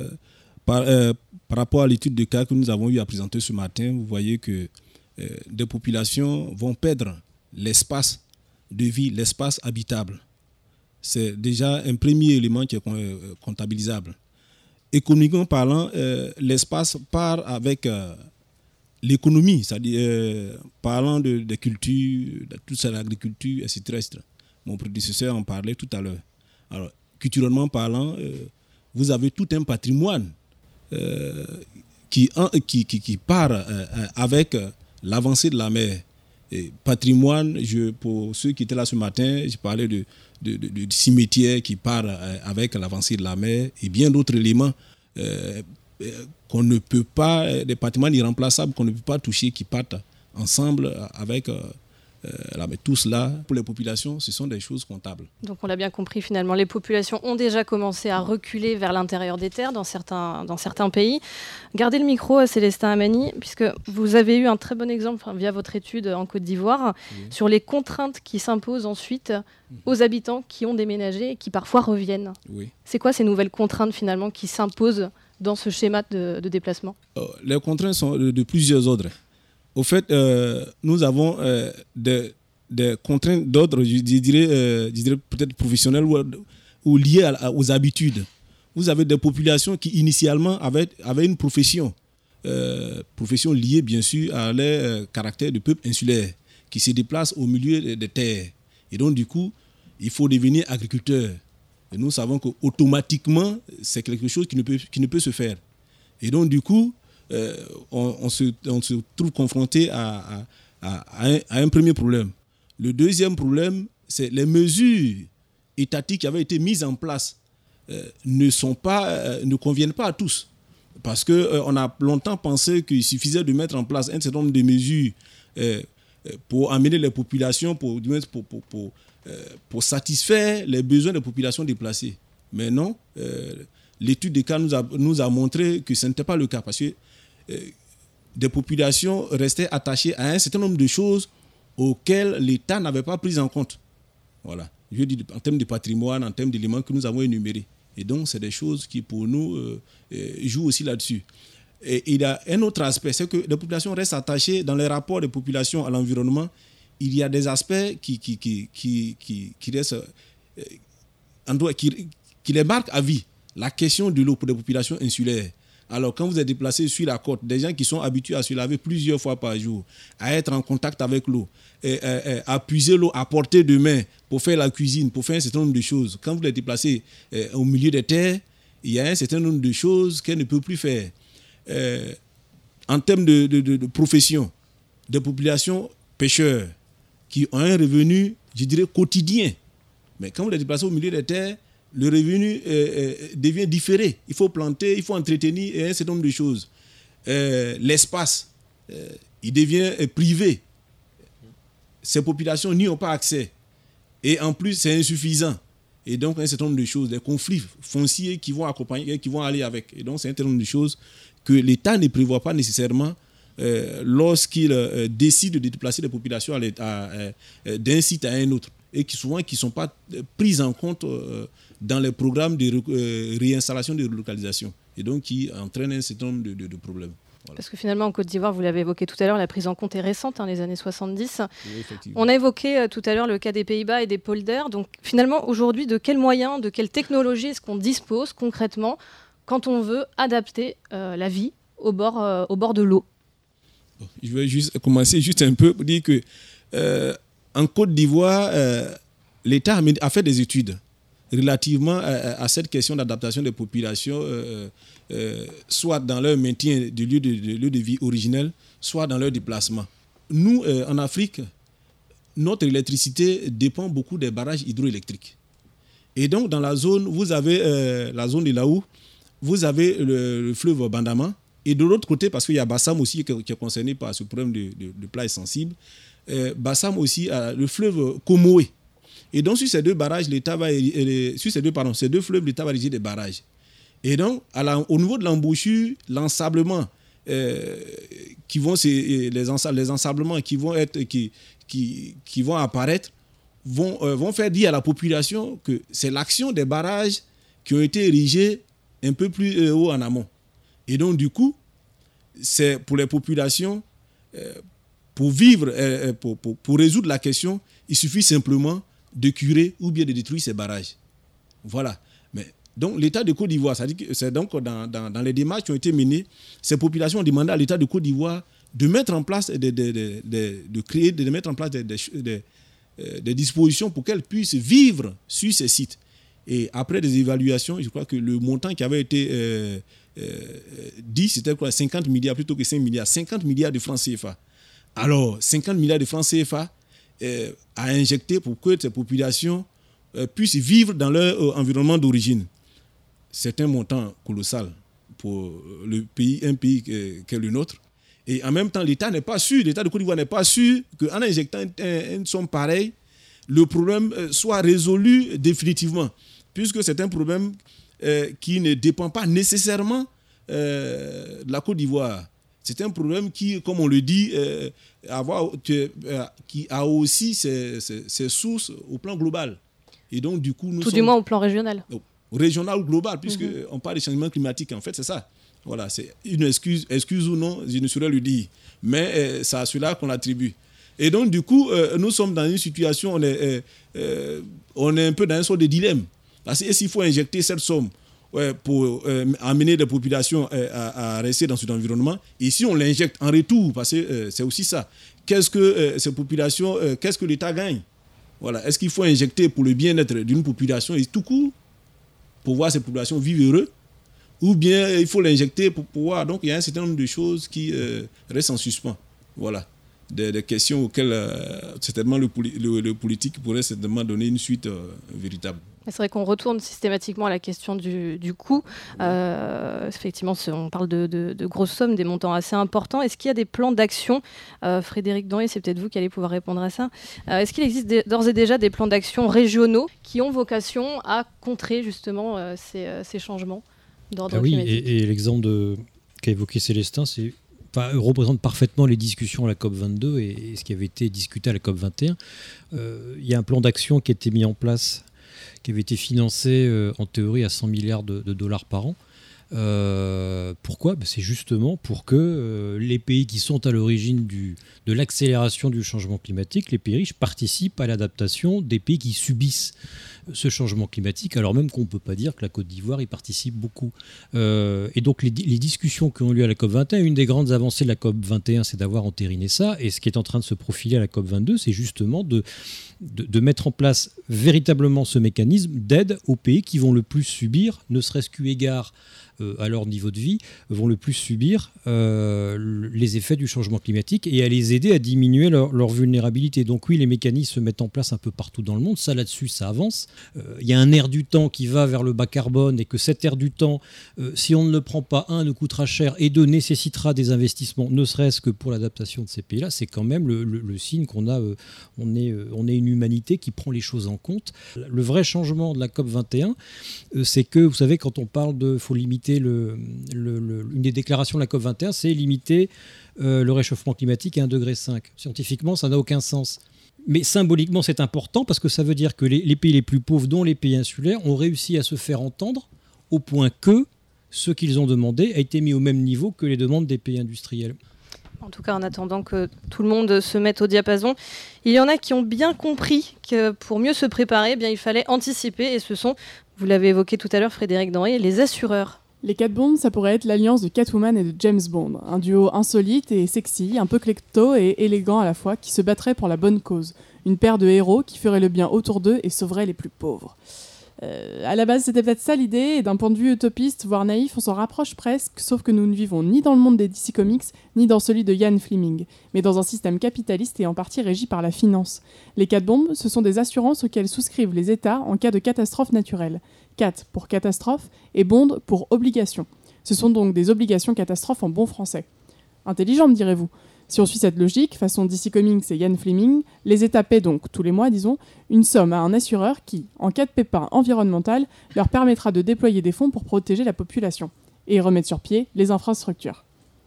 par rapport à l'étude de cas que nous avons eu à présenter ce matin, vous voyez que des populations vont perdre l'espace de vie, l'espace habitable. C'est déjà un premier élément qui est comptabilisable. Économiquement parlant, l'espace part avec l'économie, c'est-à-dire parlant des cultures, de toute l'agriculture, etc. Mon prédécesseur en parlait tout à l'heure. Alors, culturellement parlant, vous avez tout un patrimoine qui part avec l'avancée de la mer. Et patrimoine, pour ceux qui étaient là ce matin, je parlais de cimetières qui part avec l'avancée de la mer et bien d'autres éléments qu'on ne peut pas, des patrimoines irremplaçables qu'on ne peut pas toucher, qui partent ensemble avec mais tout cela, pour les populations, ce sont des choses comptables. Donc on l'a bien compris, finalement, les populations ont déjà commencé à reculer vers l'intérieur des terres dans certains pays. Gardez le micro à Célestin Amani, puisque vous avez eu un très bon exemple via votre étude en Côte d'Ivoire, sur les contraintes qui s'imposent ensuite aux habitants qui ont déménagé et qui parfois reviennent. Oui. C'est quoi ces nouvelles contraintes finalement qui s'imposent dans ce schéma de déplacement ? Les contraintes sont de plusieurs ordres. Au fait, nous avons des contraintes d'ordre, je dirais peut-être professionnelles ou liées aux habitudes. Vous avez des populations qui initialement avaient une profession. profession liée bien sûr à leur caractère de peuple insulaire qui se déplace au milieu des terres. Et donc du coup, il faut devenir agriculteur. Et nous savons qu'automatiquement, c'est quelque chose qui ne peut se faire. Et donc du coup, on se trouve confronté à un premier problème. Le deuxième problème, c'est les mesures étatiques qui avaient été mises en place ne conviennent pas à tous. Parce qu'on a longtemps pensé qu'il suffisait de mettre en place un certain nombre de mesures pour amener les populations, pour satisfaire les besoins des populations déplacées. Mais non, l'étude des cas nous a montré que ce n'était pas le cas. Parce que des populations restaient attachées à un certain nombre de choses auxquelles l'État n'avait pas pris en compte. Voilà. Je dis en termes de patrimoine, en termes d'éléments que nous avons énumérés. Et donc, c'est des choses qui, pour nous, jouent aussi là-dessus. Et il y a un autre aspect, c'est que les populations restent attachées dans les rapports des populations à l'environnement. Il y a des aspects qui restent, qui les marquent à vie. La question de l'eau pour les populations insulaires. Alors, quand vous êtes déplacé sur la côte, des gens qui sont habitués à se laver plusieurs fois par jour, à être en contact avec l'eau, à puiser l'eau à portée de main pour faire la cuisine, pour faire un certain nombre de choses. Quand vous êtes déplacé au milieu des terres, il y a un certain nombre de choses qu'elle ne peut plus faire. En termes de profession, des populations pêcheurs qui ont un revenu, je dirais, quotidien. Mais quand vous êtes déplacé au milieu des terres, le revenu devient différé. Il faut planter, il faut entretenir et un certain nombre de choses. L'espace, il devient privé. Ces populations n'y ont pas accès. Et en plus, c'est insuffisant. Et donc, un certain nombre de choses, des conflits fonciers qui vont accompagner, qui vont aller avec. Et donc, c'est un certain nombre de choses que l'État ne prévoit pas nécessairement lorsqu'il décide de déplacer les populations d'un site à un autre. Et qui souvent qui ne sont pas prises en compte dans les programmes de réinstallation, de relocalisation. Et donc, qui entraînent un certain nombre de problèmes. Voilà. Parce que finalement, en Côte d'Ivoire, vous l'avez évoqué tout à l'heure, la prise en compte est récente, les années 70. Oui, on a évoqué tout à l'heure le cas des Pays-Bas et des polders. Donc finalement, aujourd'hui, de quels moyens, de quelle technologie est-ce qu'on dispose concrètement quand on veut adapter la vie au bord de l'eau? Je vais commencer un peu pour dire que en Côte d'Ivoire, l'État a fait des études relativement à cette question d'adaptation des populations, soit dans leur maintien du lieu de vie originel, soit dans leur déplacement. Nous, en Afrique, notre électricité dépend beaucoup des barrages hydroélectriques. Et donc, dans la zone, vous avez la zone de Laou, vous avez le fleuve Bandama, et de l'autre côté, parce qu'il y a Bassam aussi qui est concerné par ce problème de plage sensible, Bassam aussi a le fleuve Komoé. Et donc, sur ces deux barrages, ces deux fleuves, l'État va ériger des barrages. Et donc, au niveau de l'embouchure, l'ensablement, les ensablements qui vont apparaître vont faire dire à la population que c'est l'action des barrages qui ont été érigés un peu plus haut en amont. Et donc, du coup, c'est pour les populations, pour vivre, pour résoudre la question, il suffit simplement de curer ou bien de détruire ces barrages. Voilà. Mais, donc, l'État de Côte d'Ivoire, c'est donc dans les démarches qui ont été menées, ces populations ont demandé à l'État de Côte d'Ivoire de mettre en place des dispositions pour qu'elles puissent vivre sur ces sites. Et après des évaluations, je crois que le montant qui avait été dit, c'était quoi, 50 milliards plutôt que 5 milliards. 50 milliards de francs CFA. Alors, 50 milliards de francs CFA à injecter pour que ces populations puissent vivre dans leur environnement d'origine. C'est un montant colossal pour un pays qu'est le nôtre. Et en même temps, l'État n'est pas sûr, l'État de Côte d'Ivoire n'est pas sûr qu'en injectant une somme pareille, le problème soit résolu définitivement, puisque c'est un problème qui ne dépend pas nécessairement de la Côte d'Ivoire. C'est un problème qui, comme on le dit, qui a aussi ses sources au plan global. Et donc, du coup, du moins au plan régional. Régional ou global, puisqu'on parle des changements climatiques, en fait, c'est ça. Voilà, c'est une excuse ou non, je ne saurais le dire. Mais c'est à cela qu'on l'attribue. Et donc, du coup, nous sommes dans une situation, on est un peu dans un sort de dilemme. Parce que s'il faut injecter cette somme, pour amener des populations à rester dans cet environnement. Et si on l'injecte en retour, parce que c'est aussi ça, qu'est-ce que ces populations, qu'est-ce que l'État gagne? Voilà. Est-ce qu'il faut injecter pour le bien-être d'une population et tout court, pour voir ces populations vivre heureux, ou bien il faut l'injecter pour pouvoir... Donc il y a un certain nombre de choses qui restent en suspens. Voilà. Des questions auxquelles certainement le politique pourrait certainement donner une suite véritable. C'est vrai qu'on retourne systématiquement à la question du coût. Effectivement, on parle de grosses sommes, des montants assez importants. Est-ce qu'il y a des plans d'action, Frédéric Danhé, c'est peut-être vous qui allez pouvoir répondre à ça. Est-ce qu'il existe d'ores et déjà des plans d'action régionaux qui ont vocation à contrer justement ces changements d'ordre climatique? Et l'exemple qu'a évoqué Célestin, représente parfaitement les discussions à la COP22 et ce qui avait été discuté à la COP21. Il y a un plan d'action qui a été mis en place, qui avait été financé en théorie à 100 milliards de dollars par an. Pourquoi ? C'est justement pour que les pays qui sont à l'origine de l'accélération du changement climatique, les pays riches, participent à l'adaptation des pays qui subissent ce changement climatique, alors même qu'on ne peut pas dire que la Côte d'Ivoire y participe beaucoup. Et donc les discussions qui ont lieu à la COP21, une des grandes avancées de la COP21, c'est d'avoir entériné ça, et ce qui est en train de se profiler à la COP22, c'est justement de mettre en place véritablement ce mécanisme d'aide aux pays qui vont le plus subir, ne serait-ce qu'eu égard à leur niveau de vie, vont le plus subir les effets du changement climatique et à les aider à diminuer leur vulnérabilité. Donc oui, les mécanismes se mettent en place un peu partout dans le monde. Ça, là-dessus, ça avance. Il y a un air du temps qui va vers le bas carbone et que cet air du temps, si on ne le prend pas, nous coûtera cher et nécessitera des investissements, ne serait-ce que pour l'adaptation de ces pays-là. C'est quand même le signe qu'on a, on est une humanité qui prend les choses en compte. Le vrai changement de la COP21, c'est que, vous savez, quand on parle faut limiter une des déclarations de la COP21, c'est limiter le réchauffement climatique à 1,5 degré. Scientifiquement, ça n'a aucun sens. Mais symboliquement, c'est important parce que ça veut dire que les pays les plus pauvres, dont les pays insulaires, ont réussi à se faire entendre au point que ce qu'ils ont demandé a été mis au même niveau que les demandes des pays industriels. En tout cas, en attendant que tout le monde se mette au diapason, il y en a qui ont bien compris que pour mieux se préparer, il fallait anticiper. Et ce sont, vous l'avez évoqué tout à l'heure, Frédéric Danhé, les assureurs. Les Cat Bond, ça pourrait être l'alliance de Catwoman et de James Bond, un duo insolite et sexy, un peu klepto et élégant à la fois, qui se battrait pour la bonne cause. Une paire de héros qui ferait le bien autour d'eux et sauverait les plus pauvres. À la base, c'était peut-être ça l'idée, et d'un point de vue utopiste, voire naïf, on s'en rapproche presque, sauf que nous ne vivons ni dans le monde des DC Comics, ni dans celui de Ian Fleming, mais dans un système capitaliste et en partie régi par la finance. Les Cat Bombs, ce sont des assurances auxquelles souscrivent les États en cas de catastrophe naturelle. Cat pour catastrophe et Bond pour obligation. Ce sont donc des obligations catastrophes en bon français. Intelligent, me direz-vous. Si on suit cette logique, façon DC Comics et Ian Fleming, les États paient donc, tous les mois disons, une somme à un assureur qui, en cas de pépin environnemental, leur permettra de déployer des fonds pour protéger la population et remettre sur pied les infrastructures.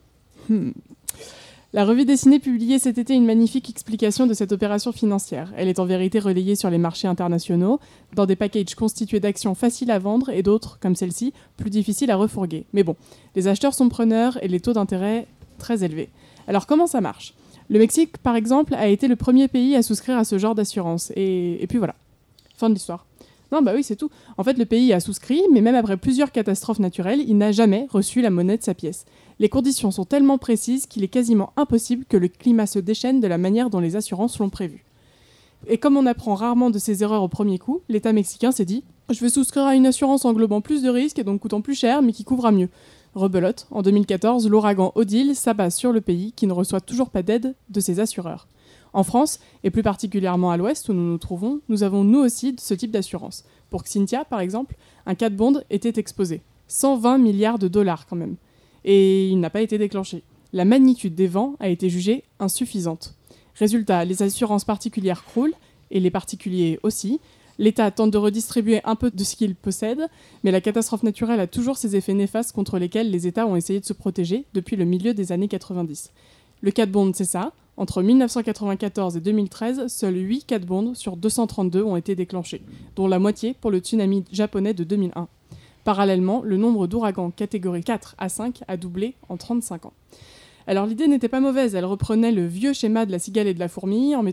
La revue dessinée publiait cet été une magnifique explication de cette opération financière. Elle est en vérité relayée sur les marchés internationaux, dans des packages constitués d'actions faciles à vendre et d'autres, comme celle-ci, plus difficiles à refourguer. Mais bon, les acheteurs sont preneurs et les taux d'intérêt très élevés. Alors comment ça marche ? Le Mexique, par exemple, a été le premier pays à souscrire à ce genre d'assurance. Et puis voilà. Fin de l'histoire. Non, oui, c'est tout. En fait, le pays a souscrit, mais même après plusieurs catastrophes naturelles, il n'a jamais reçu la monnaie de sa pièce. Les conditions sont tellement précises qu'il est quasiment impossible que le climat se déchaîne de la manière dont les assurances l'ont prévu. Et comme on apprend rarement de ses erreurs au premier coup, l'État mexicain s'est dit « Je vais souscrire à une assurance englobant plus de risques et donc coûtant plus cher, mais qui couvra mieux ». Rebelote, en 2014, l'ouragan Odile s'abat sur le pays qui ne reçoit toujours pas d'aide de ses assureurs. En France, et plus particulièrement à l'ouest où nous nous trouvons, nous avons nous aussi ce type d'assurance. Pour Xynthia, par exemple, un Cat Bond était exposé. 120 milliards de dollars quand même. Et il n'a pas été déclenché. La magnitude des vents a été jugée insuffisante. Résultat, les assurances particulières croulent, et les particuliers aussi. L'État tente de redistribuer un peu de ce qu'il possède, mais la catastrophe naturelle a toujours ses effets néfastes contre lesquels les États ont essayé de se protéger depuis le milieu des années 90. Le Cat Bond, c'est ça. Entre 1994 et 2013, seuls 8 Cat Bonds sur 232 ont été déclenchés, dont la moitié pour le tsunami japonais de 2001. Parallèlement, le nombre d'ouragans catégorie 4 à 5 a doublé en 35 ans. Alors l'idée n'était pas mauvaise, elle reprenait le vieux schéma de la cigale et de la fourmi en mettant de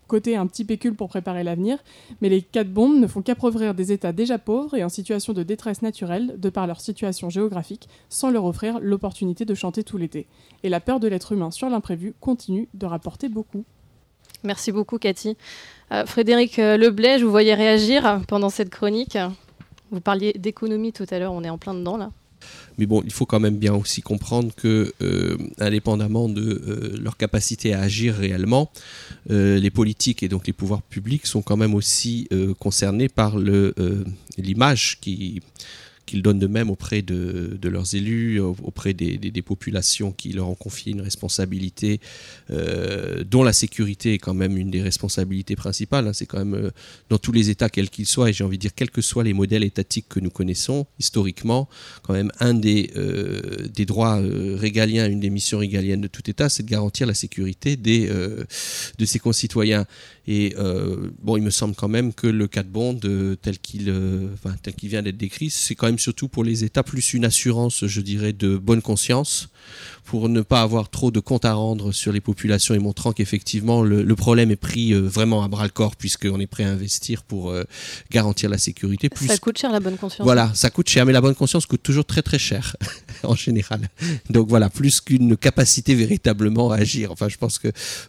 côté un petit pécule pour préparer l'avenir, mais les 4 bombes ne font qu'appauvrir des États déjà pauvres et en situation de détresse naturelle, de par leur situation géographique, sans leur offrir l'opportunité de chanter tout l'été. Et la peur de l'être humain sur l'imprévu continue de rapporter beaucoup. Merci beaucoup, Cathy. Frédéric Leblay, je vous voyais réagir pendant cette chronique. Vous parliez d'économie tout à l'heure, on est en plein dedans là. Mais bon, il faut quand même bien aussi comprendre que, indépendamment de leur capacité à agir réellement, les politiques et donc les pouvoirs publics sont quand même aussi concernés par l'image qu'ils donnent d'eux-mêmes auprès de leurs élus, auprès des populations qui leur ont confié une responsabilité, dont la sécurité est quand même une des responsabilités principales. Hein. C'est quand même dans tous les États, quels qu'ils soient, et j'ai envie de dire, quels que soient les modèles étatiques que nous connaissons, historiquement, quand même un des droits régaliens, une des missions régaliennes de tout État, c'est de garantir la sécurité de ses concitoyens. Et il me semble quand même que le cas de Bond, tel qu'il vient d'être décrit, c'est quand même surtout pour les États plus une assurance, je dirais, de bonne conscience, pour ne pas avoir trop de comptes à rendre sur les populations et montrant qu'effectivement le problème est pris vraiment à bras-le-corps puisqu'on est prêt à investir pour garantir la sécurité. Ça coûte cher la bonne conscience. Voilà, ça coûte cher, mais la bonne conscience coûte toujours très très cher en général. Donc voilà, plus qu'une capacité véritablement à agir. Enfin, je pense que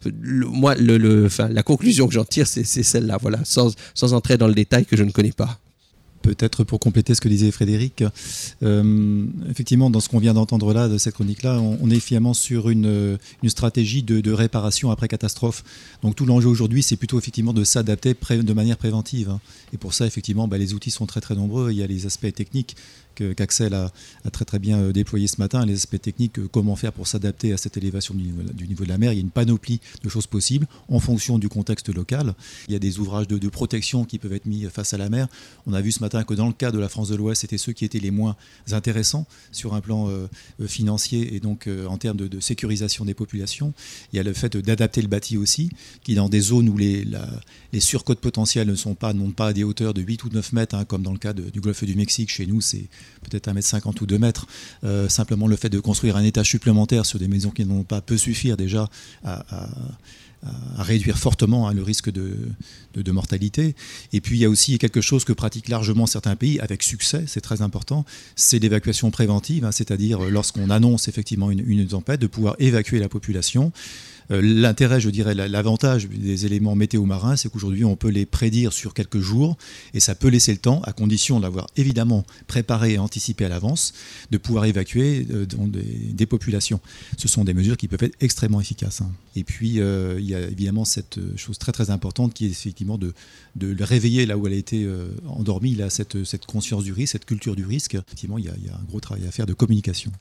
la conclusion que j'en tire, c'est celle-là, voilà, sans entrer dans le détail que je ne connais pas. Peut-être pour compléter ce que disait Frédéric, effectivement, dans ce qu'on vient d'entendre là, de cette chronique-là, on est finalement sur une stratégie de réparation après catastrophe. Donc tout l'enjeu aujourd'hui, c'est plutôt effectivement de s'adapter de manière préventive. Hein. Et pour ça, effectivement, les outils sont très très nombreux. Il y a les aspects techniques qu'Axel a très très bien déployé ce matin, les aspects techniques, comment faire pour s'adapter à cette élévation du niveau de la mer. Il y a une panoplie de choses possibles en fonction du contexte local. Il y a des ouvrages de protection qui peuvent être mis face à la mer. On a vu ce matin que dans le cas de la France de l'Ouest, c'était ceux qui étaient les moins intéressants sur un plan financier et donc en termes de sécurisation des populations. Il y a le fait d'adapter le bâti aussi, qui dans des zones où les surcotes potentielles ne montent pas à des hauteurs de 8 ou 9 mètres, hein, comme dans le cas du golfe du Mexique, chez nous c'est peut-être 1,50 m ou 2 mètres. Simplement le fait de construire un étage supplémentaire sur des maisons qui n'en ont pas peut suffire déjà à réduire fortement le risque de mortalité. Et puis il y a aussi quelque chose que pratiquent largement certains pays avec succès, c'est très important, c'est l'évacuation préventive, hein, c'est-à-dire lorsqu'on annonce effectivement une tempête, de pouvoir évacuer la population. L'intérêt, je dirais, l'avantage des éléments météo marins, c'est qu'aujourd'hui, on peut les prédire sur quelques jours et ça peut laisser le temps, à condition d'avoir évidemment préparé et anticipé à l'avance, de pouvoir évacuer des populations. Ce sont des mesures qui peuvent être extrêmement efficaces. Hein. Et puis, il y a évidemment cette chose très très importante qui est effectivement de le réveiller là où elle a été endormie, là, cette conscience du risque, cette culture du risque. Effectivement, il y a un gros travail à faire de communication.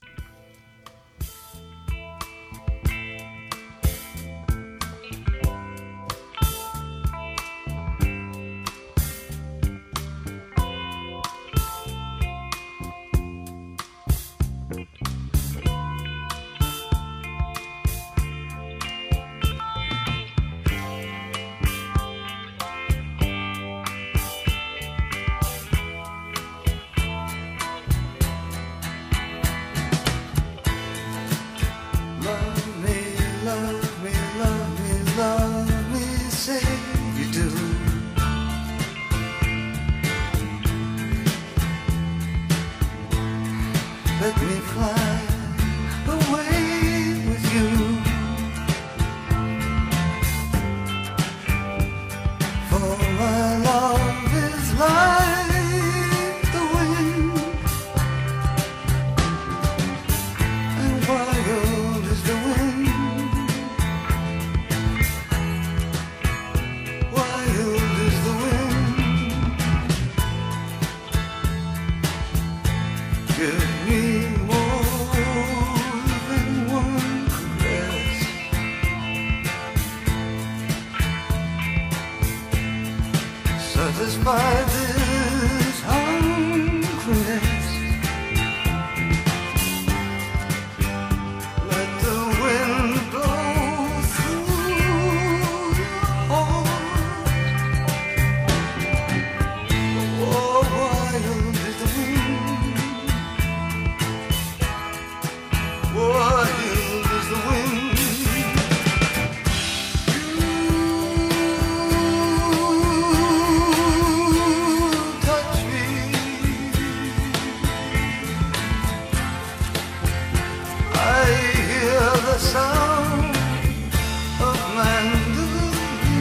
sound of mandolins.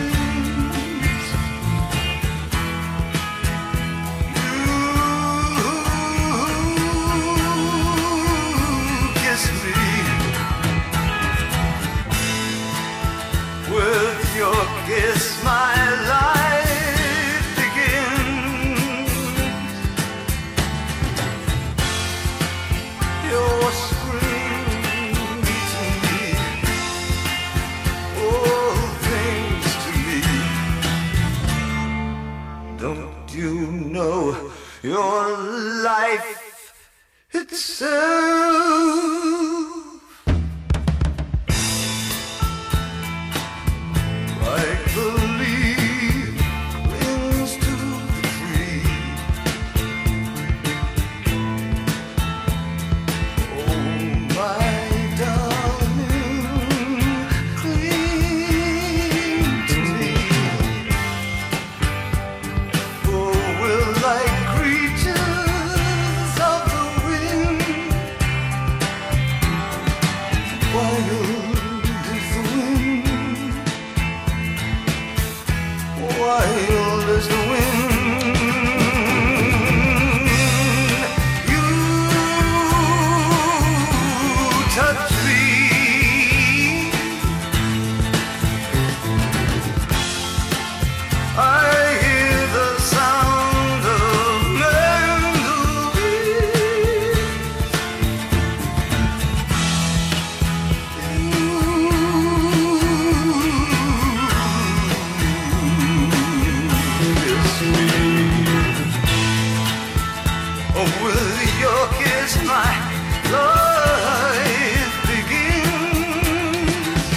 You kiss me with your kiss, my life begins. Your spring to me, all things to me. Don't you know your life itself? Like the leaf clings to the tree. Oh, my darling, cling to me. For we're like creatures of the wind. Wild is the wind. Wild as the wind, you touch me. I hear the sound of with your kiss, my life begins.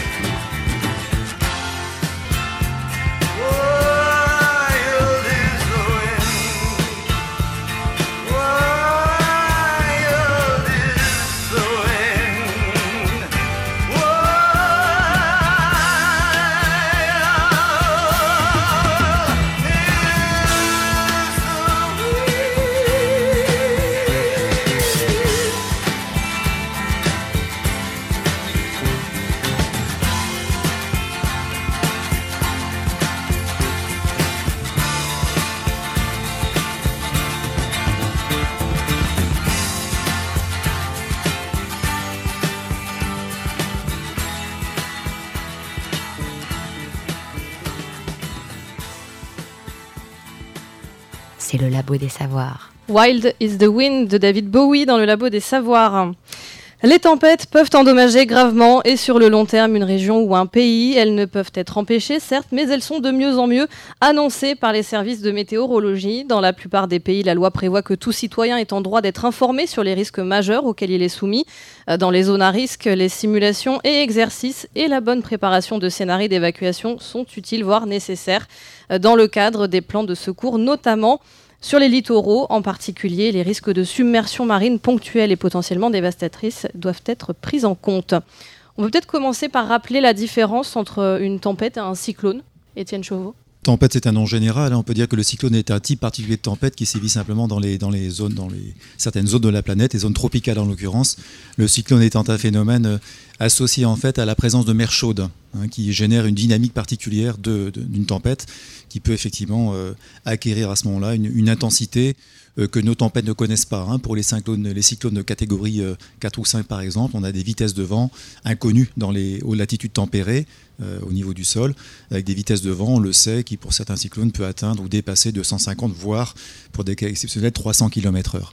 Wild is the wind. Wild is the wind. C'est le labo des savoirs. Wild is the Wind de David Bowie dans le labo des savoirs. Les tempêtes peuvent endommager gravement et sur le long terme une région ou un pays. Elles ne peuvent être empêchées, certes, mais elles sont de mieux en mieux annoncées par les services de météorologie. Dans la plupart des pays, la loi prévoit que tout citoyen est en droit d'être informé sur les risques majeurs auxquels il est soumis. Dans les zones à risque, les simulations et exercices et la bonne préparation de scénarios d'évacuation sont utiles, voire nécessaires, dans le cadre des plans de secours, notamment sur les littoraux. En particulier, les risques de submersion marine ponctuelle et potentiellement dévastatrices doivent être pris en compte. On peut peut-être commencer par rappeler la différence entre une tempête et un cyclone. Étienne Chauveau. Tempête, c'est un nom général. On peut dire que le cyclone est un type particulier de tempête qui sévit simplement dans certaines zones de la planète, les zones tropicales en l'occurrence. Le cyclone étant un phénomène associé en fait à la présence de mer chaude, qui génère une dynamique particulière d'une tempête qui peut effectivement acquérir à ce moment-là une intensité que nos tempêtes ne connaissent pas. Pour les cyclones de catégorie 4 ou 5 par exemple, on a des vitesses de vent inconnues aux latitudes tempérées, au niveau du sol, avec des vitesses de vent, on le sait, qui pour certains cyclones peut atteindre ou dépasser 250, voire pour des cas exceptionnels 300 km/h.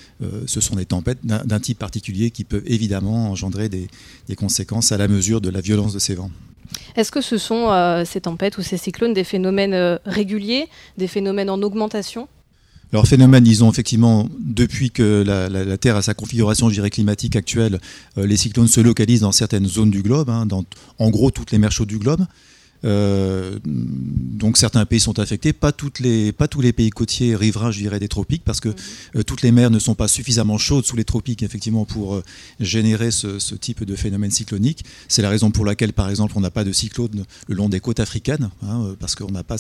Ce sont des tempêtes d'un type particulier qui peuvent évidemment engendrer des conséquences à la mesure de la violence de ces vents. Est-ce que ce sont ces tempêtes ou ces cyclones des phénomènes réguliers, des phénomènes en augmentation ? Alors, phénomène, ils ont effectivement, depuis que la Terre a sa configuration, je dirais, climatique actuelle, les cyclones se localisent dans certaines zones du globe, dans en gros toutes les mers chaudes du globe. Donc certains pays sont affectés, pas tous les pays côtiers riverains, je dirais, des tropiques, parce que toutes les mers ne sont pas suffisamment chaudes sous les tropiques, effectivement, pour générer ce type de phénomène cyclonique. C'est la raison pour laquelle, par exemple, on n'a pas de cyclone le long des côtes africaines, parce qu'on n'a pas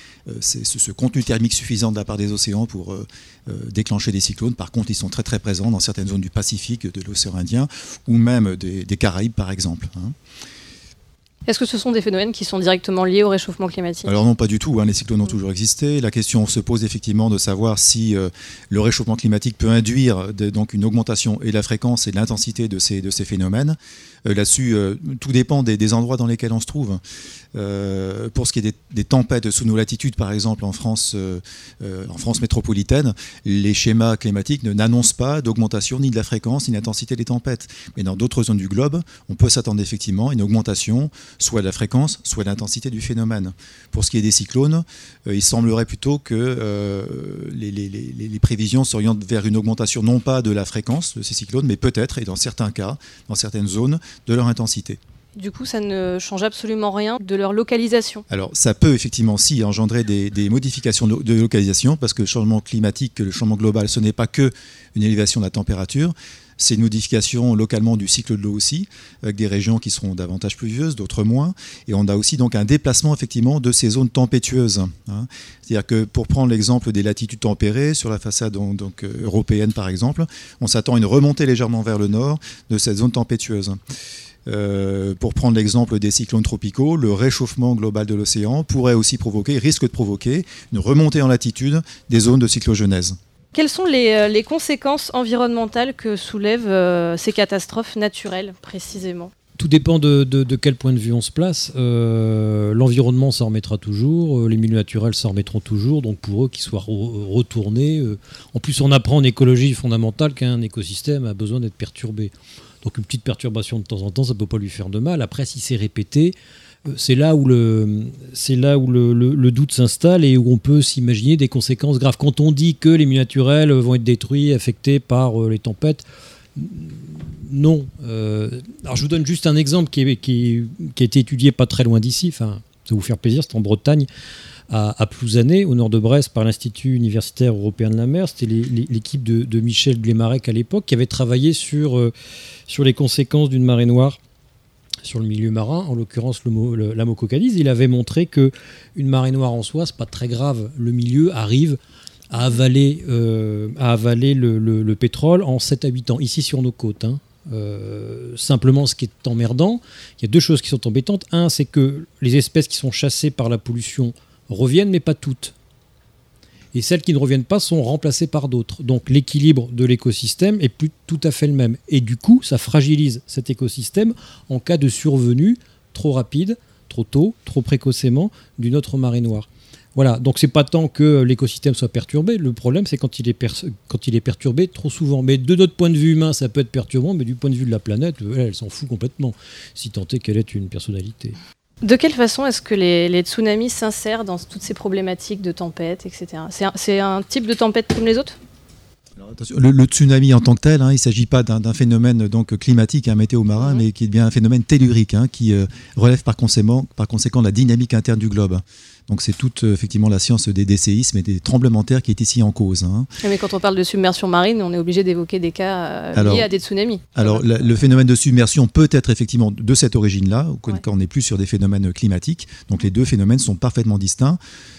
ce contenu thermique suffisant de la part des océans pour déclencher des cyclones. Par contre, ils sont très très présents dans certaines zones du Pacifique, de l'océan Indien, ou même des Caraïbes, par exemple. Est-ce que ce sont des phénomènes qui sont directement liés au réchauffement climatique ? Alors non, pas du tout. Les cyclones ont toujours existé. La question se pose effectivement de savoir si le réchauffement climatique peut induire donc une augmentation et de la fréquence et de l'intensité de ces phénomènes. Là-dessus, tout dépend des endroits dans lesquels on se trouve. Pour ce qui est des tempêtes sous nos latitudes, par exemple en France métropolitaine, les schémas climatiques n'annoncent pas d'augmentation ni de la fréquence ni de l'intensité des tempêtes. Mais dans d'autres zones du globe, on peut s'attendre effectivement à une augmentation soit de la fréquence, soit de l'intensité du phénomène. Pour ce qui est des cyclones, il semblerait plutôt que les prévisions s'orientent vers une augmentation non pas de la fréquence de ces cyclones, mais peut-être, et dans certains cas, dans certaines zones, de leur intensité. Du coup, ça ne change absolument rien de leur localisation. Alors, ça peut effectivement engendrer des modifications de localisation, parce que le changement climatique, le changement global, ce n'est pas que une élévation de la température, c'est une modification localement du cycle de l'eau aussi, avec des régions qui seront davantage pluvieuses, d'autres moins. Et on a aussi donc un déplacement effectivement de ces zones tempétueuses. C'est-à-dire que pour prendre l'exemple des latitudes tempérées, sur la façade donc, européenne par exemple, on s'attend à une remontée légèrement vers le nord de cette zone tempétueuse. Pour prendre l'exemple des cyclones tropicaux, le réchauffement global de l'océan risque de provoquer une remontée en latitude des zones de cyclogenèse. Quelles sont les conséquences environnementales que soulèvent ces catastrophes naturelles, précisément ? Tout dépend de quel point de vue on se place. L'environnement s'en remettra toujours, les milieux naturels s'en remettront toujours, donc pour eux qu'ils soient retournés. En plus, on apprend en écologie fondamentale qu'un écosystème a besoin d'être perturbé. Donc une petite perturbation de temps en temps, ça ne peut pas lui faire de mal. Après, si c'est répété, c'est là où le doute s'installe et où on peut s'imaginer des conséquences graves. Quand on dit que les milieux naturels vont être détruits, affectés par les tempêtes, non. Alors je vous donne juste un exemple qui a été étudié pas très loin d'ici, enfin, ça va vous faire plaisir, c'est en Bretagne, à Plouzané, au nord de Brest, par l'Institut universitaire européen de la mer. C'était l'équipe de Michel Glémarec à l'époque qui avait travaillé sur les conséquences d'une marée noire sur le milieu marin, en l'occurrence l'amococalise. Il avait montré qu'une marée noire en soi, c'est pas très grave. Le milieu arrive à avaler le pétrole en 7 à 8 ans, ici sur nos côtes. Simplement, ce qui est emmerdant, il y a deux choses qui sont embêtantes. Un, c'est que les espèces qui sont chassées par la pollution reviennent, mais pas toutes. Et celles qui ne reviennent pas sont remplacées par d'autres. Donc l'équilibre de l'écosystème est plus tout à fait le même. Et du coup, ça fragilise cet écosystème en cas de survenue trop rapide, trop tôt, trop précocement d'une autre marée noire. Voilà, donc c'est pas tant que l'écosystème soit perturbé, le problème c'est quand il est perturbé trop souvent. Mais de notre point de vue humain, ça peut être perturbant, mais du point de vue de la planète, elle s'en fout complètement, si tant est qu'elle est une personnalité. De quelle façon est-ce que les tsunamis s'insèrent dans toutes ces problématiques de tempêtes, etc. C'est un type de tempête comme les autres ? Alors, attention, le tsunami en tant que tel, il ne s'agit pas d'un phénomène donc, climatique, un météo marin, mais qui est bien un phénomène tellurique, qui relève par conséquent de la dynamique interne du globe. Donc c'est toute effectivement la science des séismes et des tremblements de terre qui est ici en cause. Mais quand on parle de submersion marine, on est obligé d'évoquer des cas liés à des tsunamis. Alors le phénomène de submersion peut être effectivement de cette origine-là, quand on n'est plus sur des phénomènes climatiques. Donc les deux phénomènes sont parfaitement distincts.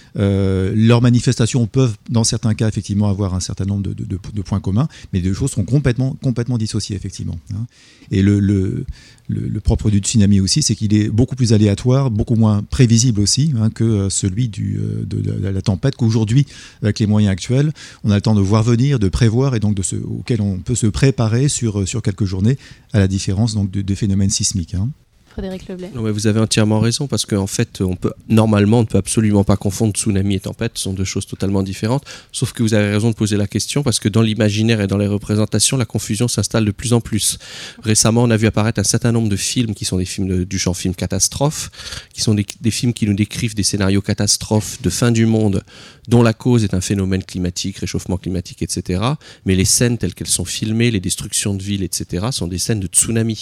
Leurs manifestations peuvent, dans certains cas, effectivement, avoir un certain nombre de points communs, mais les deux choses sont complètement dissociées, effectivement. Et le propre du tsunami aussi, c'est qu'il est beaucoup plus aléatoire, beaucoup moins prévisible aussi que celui de la tempête, qu'aujourd'hui, avec les moyens actuels, on a le temps de voir venir, de prévoir, et donc auquel on peut se préparer sur quelques journées, à la différence donc, des phénomènes sismiques. Frédéric Leblay. Non, mais vous avez entièrement raison, parce qu'en fait, on ne peut absolument pas confondre tsunami et tempête, ce sont deux choses totalement différentes, sauf que vous avez raison de poser la question, parce que dans l'imaginaire et dans les représentations, la confusion s'installe de plus en plus. Récemment, on a vu apparaître un certain nombre de films qui sont des films du genre film catastrophe, qui sont des films qui nous décrivent des scénarios catastrophes de fin du monde, dont la cause est un phénomène climatique, réchauffement climatique, etc. Mais les scènes telles qu'elles sont filmées, les destructions de villes, etc., sont des scènes de tsunami.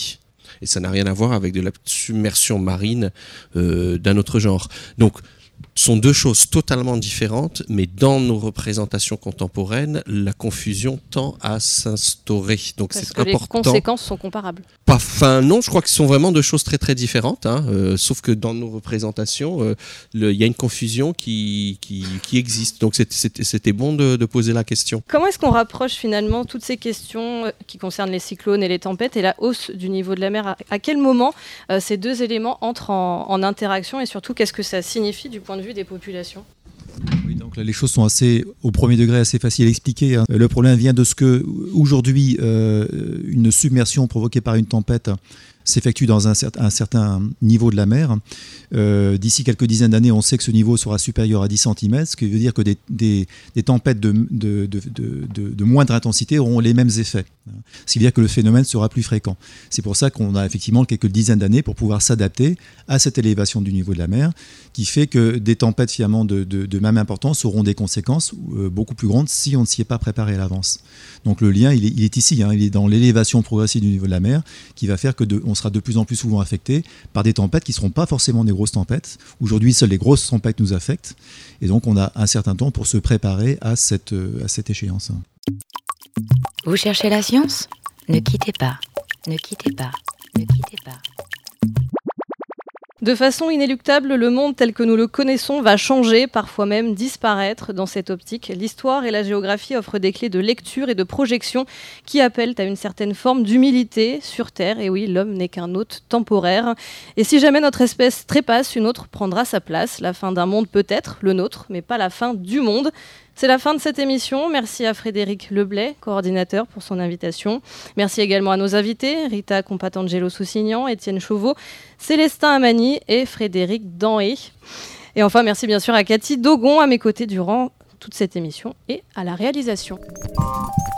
Et ça n'a rien à voir avec de la submersion marine d'un autre genre. Donc, sont deux choses totalement différentes, mais dans nos représentations contemporaines, la confusion tend à s'instaurer. Donc Parce c'est que important. les conséquences sont comparables. Non, je crois que ce sont vraiment deux choses très très différentes. Sauf que dans nos représentations, il y a une confusion qui existe. Donc c'était bon de poser la question. Comment est-ce qu'on rapproche finalement toutes ces questions qui concernent les cyclones et les tempêtes et la hausse du niveau de la mer? À quel moment ces deux éléments entrent en interaction et surtout qu'est-ce que ça signifie du point de vue des populations? Oui, donc là, les choses sont au premier degré assez faciles à expliquer. Le problème vient de ce que aujourd'hui une submersion provoquée par une tempête s'effectue dans un certain niveau de la mer. D'ici quelques dizaines d'années, on sait que ce niveau sera supérieur à 10 cm, ce qui veut dire que des tempêtes de moindre intensité auront les mêmes effets. Ce qui veut dire que le phénomène sera plus fréquent. C'est pour ça qu'on a effectivement quelques dizaines d'années pour pouvoir s'adapter à cette élévation du niveau de la mer, qui fait que des tempêtes finalement de même importance auront des conséquences beaucoup plus grandes si on ne s'y est pas préparé à l'avance. Donc le lien, il est ici, il est dans l'élévation progressive du niveau de la mer, qui va faire qu'on sera de plus en plus souvent affecté par des tempêtes qui ne seront pas forcément des grosses tempêtes. Aujourd'hui, seules les grosses tempêtes nous affectent. Et donc, on a un certain temps pour se préparer à cette échéance. Vous cherchez la science ? Ne quittez pas, ne quittez pas, ne quittez pas. De façon inéluctable, le monde tel que nous le connaissons va changer, parfois même disparaître dans cette optique. L'histoire et la géographie offrent des clés de lecture et de projection qui appellent à une certaine forme d'humilité sur Terre. Et oui, l'homme n'est qu'un hôte temporaire. Et si jamais notre espèce trépasse, une autre prendra sa place. La fin d'un monde peut être le nôtre, mais pas la fin du monde. C'est la fin de cette émission. Merci à Frédéric Leblay, coordinateur, pour son invitation. Merci également à nos invités, Rita Compatangelo-Soussignan, Étienne Chauveau, Célestin Amani et Frédéric Danhé. Et enfin, merci bien sûr à Cathy Dogon, à mes côtés durant toute cette émission et à la réalisation.